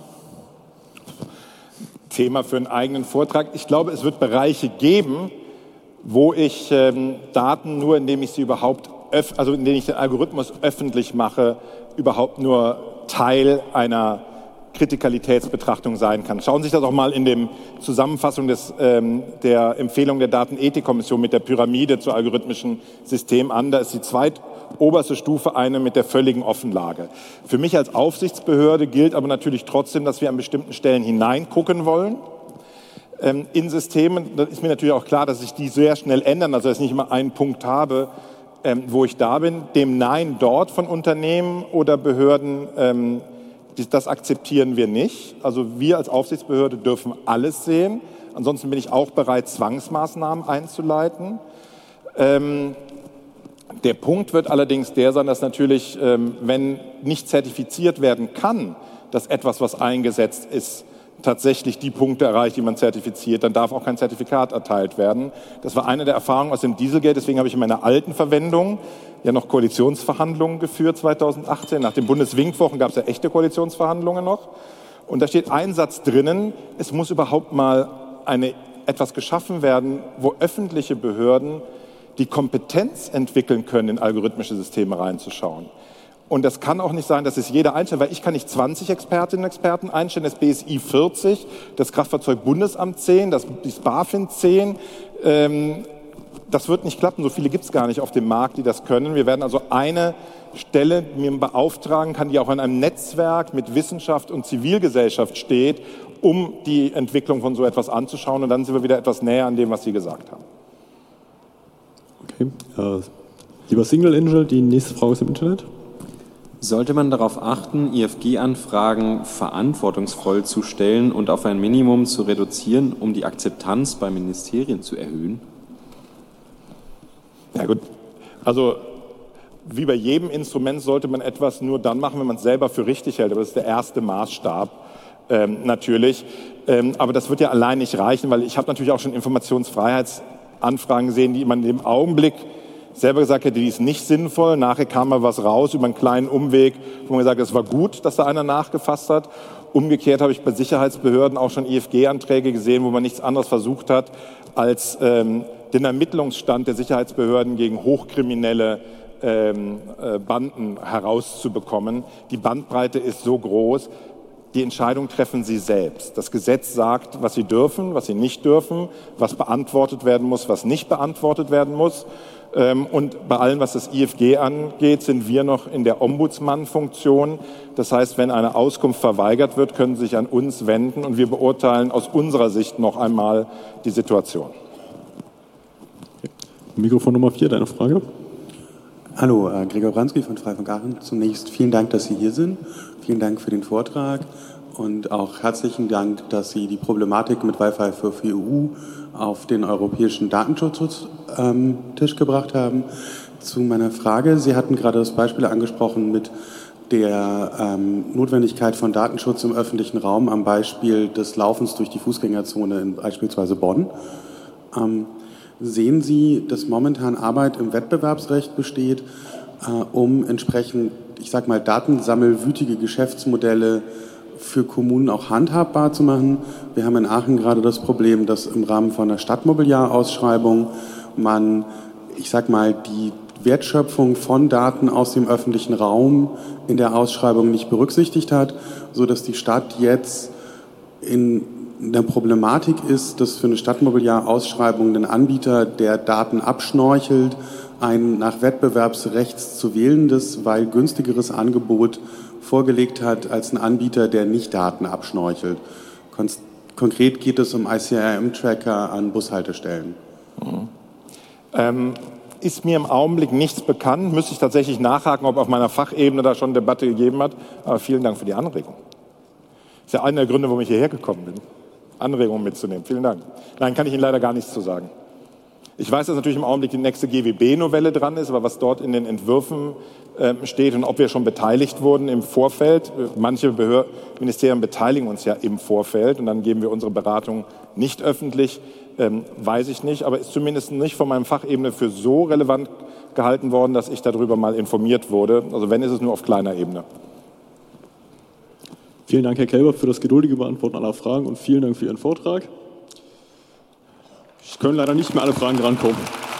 Thema für einen eigenen Vortrag. Ich glaube, es wird Bereiche geben, wo ich ähm, Daten nur, indem ich sie überhaupt, öff also indem ich den Algorithmus öffentlich mache, überhaupt nur Teil einer Kritikalitätsbetrachtung sein kann. Schauen Sie sich das auch mal in der Zusammenfassung des, ähm, der Empfehlung der Datenethikkommission mit der Pyramide zu algorithmischen Systemen an. Da ist die zweitoberste Stufe eine mit der völligen Offenlage. Für mich als Aufsichtsbehörde gilt aber natürlich trotzdem, dass wir an bestimmten Stellen hineingucken wollen ähm, in Systeme. Da ist mir natürlich auch klar, dass sich die sehr schnell ändern, also dass ich nicht immer einen Punkt habe, ähm, wo ich da bin. Dem Nein dort von Unternehmen oder Behörden, ähm, das akzeptieren wir nicht. Also wir als Aufsichtsbehörde dürfen alles sehen. Ansonsten bin ich auch bereit, Zwangsmaßnahmen einzuleiten. Ähm, der Punkt wird allerdings der sein, dass natürlich, ähm, wenn nicht zertifiziert werden kann, dass etwas, was eingesetzt ist, tatsächlich die Punkte erreicht, die man zertifiziert, dann darf auch kein Zertifikat erteilt werden. Das war eine der Erfahrungen aus dem Dieselgate. Deswegen habe ich in meiner alten Verwendung ja noch Koalitionsverhandlungen geführt zweitausendachtzehn. Nach den Bundeswinkwochen gab es ja echte Koalitionsverhandlungen noch. Und da steht ein Satz drinnen, es muss überhaupt mal eine, etwas geschaffen werden, wo öffentliche Behörden die Kompetenz entwickeln können, in algorithmische Systeme reinzuschauen. Und das kann auch nicht sein, dass es jeder einstellt, weil ich kann nicht zwanzig Expertinnen und Experten einstellen, das B S I vierzig, das Kraftfahrzeugbundesamt zehn, das, das BaFin zehn. Ähm, das wird nicht klappen, so viele gibt es gar nicht auf dem Markt, die das können. Wir werden also eine Stelle mir beauftragen, kann die auch in einem Netzwerk mit Wissenschaft und Zivilgesellschaft steht, um die Entwicklung von so etwas anzuschauen. Und dann sind wir wieder etwas näher an dem, was Sie gesagt haben. Okay. Äh, lieber Single Angel, die nächste Frage ist im Internet. Sollte man darauf achten, I F G-Anfragen verantwortungsvoll zu stellen und auf ein Minimum zu reduzieren, um die Akzeptanz bei Ministerien zu erhöhen? Ja gut, also wie bei jedem Instrument sollte man etwas nur dann machen, wenn man es selber für richtig hält. Aber das ist der erste Maßstab ähm, natürlich. Ähm, aber das wird ja allein nicht reichen, weil ich habe natürlich auch schon Informationsfreiheitsanfragen gesehen, die man im Augenblick selber gesagt hätte, die ist nicht sinnvoll. Nachher kam mal was raus über einen kleinen Umweg, wo man gesagt hat, es war gut, dass da einer nachgefasst hat. Umgekehrt habe ich bei Sicherheitsbehörden auch schon I F G-Anträge gesehen, wo man nichts anderes versucht hat, als ähm, den Ermittlungsstand der Sicherheitsbehörden gegen hochkriminelle ähm, äh, Banden herauszubekommen. Die Bandbreite ist so groß, die Entscheidung treffen Sie selbst. Das Gesetz sagt, was Sie dürfen, was Sie nicht dürfen, was beantwortet werden muss, was nicht beantwortet werden muss. Und bei allem, was das I F G angeht, sind wir noch in der Ombudsmann-Funktion. Das heißt, wenn eine Auskunft verweigert wird, können Sie sich an uns wenden und wir beurteilen aus unserer Sicht noch einmal die Situation. Mikrofon Nummer vier, deine Frage. Hallo, äh, Gregor Bransky von Freifunk Aachen. Zunächst vielen Dank, dass Sie hier sind. Vielen Dank für den Vortrag und auch herzlichen Dank, dass Sie die Problematik mit Wi-Fi für E U auf den europäischen Datenschutztisch ähm, gebracht haben. Zu meiner Frage, Sie hatten gerade das Beispiel angesprochen mit der ähm, Notwendigkeit von Datenschutz im öffentlichen Raum am Beispiel des Laufens durch die Fußgängerzone in beispielsweise Bonn. Ähm, sehen Sie, dass momentan Arbeit im Wettbewerbsrecht besteht, äh, um entsprechend, ich sag mal, datensammelwütige Geschäftsmodelle für Kommunen auch handhabbar zu machen. Wir haben in Aachen gerade das Problem, dass im Rahmen von der Stadtmobiliarausschreibung man, ich sag mal, die Wertschöpfung von Daten aus dem öffentlichen Raum in der Ausschreibung nicht berücksichtigt hat, sodass die Stadt jetzt in der Problematik ist, dass für eine Stadtmobiliarausschreibung ein Anbieter, der Daten abschnorchelt, ein nach Wettbewerbsrechts zu wählendes, weil günstigeres Angebot vorgelegt hat als ein Anbieter, der nicht Daten abschnorchelt. Kon- konkret geht es um I C R M-Tracker an Bushaltestellen. Mhm. Ähm, ist mir im Augenblick nichts bekannt. Müsste ich tatsächlich nachhaken, ob auf meiner Fachebene da schon Debatte gegeben hat. Aber vielen Dank für die Anregung. Das ist ja einer der Gründe, warum ich hierher gekommen bin. Anregungen mitzunehmen. Vielen Dank. Nein, kann ich Ihnen leider gar nichts zu sagen. Ich weiß, dass natürlich im Augenblick die nächste G W B-Novelle dran ist, aber was dort in den Entwürfen äh, steht und ob wir schon beteiligt wurden im Vorfeld. Manche Behör- Ministerien beteiligen uns ja im Vorfeld und dann geben wir unsere Beratung nicht öffentlich. Ähm, weiß ich nicht, aber ist zumindest nicht von meinem Fachebene für so relevant gehalten worden, dass ich darüber mal informiert wurde. Also wenn, ist es nur auf kleiner Ebene. Vielen Dank, Herr Kelber, für das geduldige Beantworten aller Fragen und vielen Dank für Ihren Vortrag. Es können leider nicht mehr alle Fragen drankommen.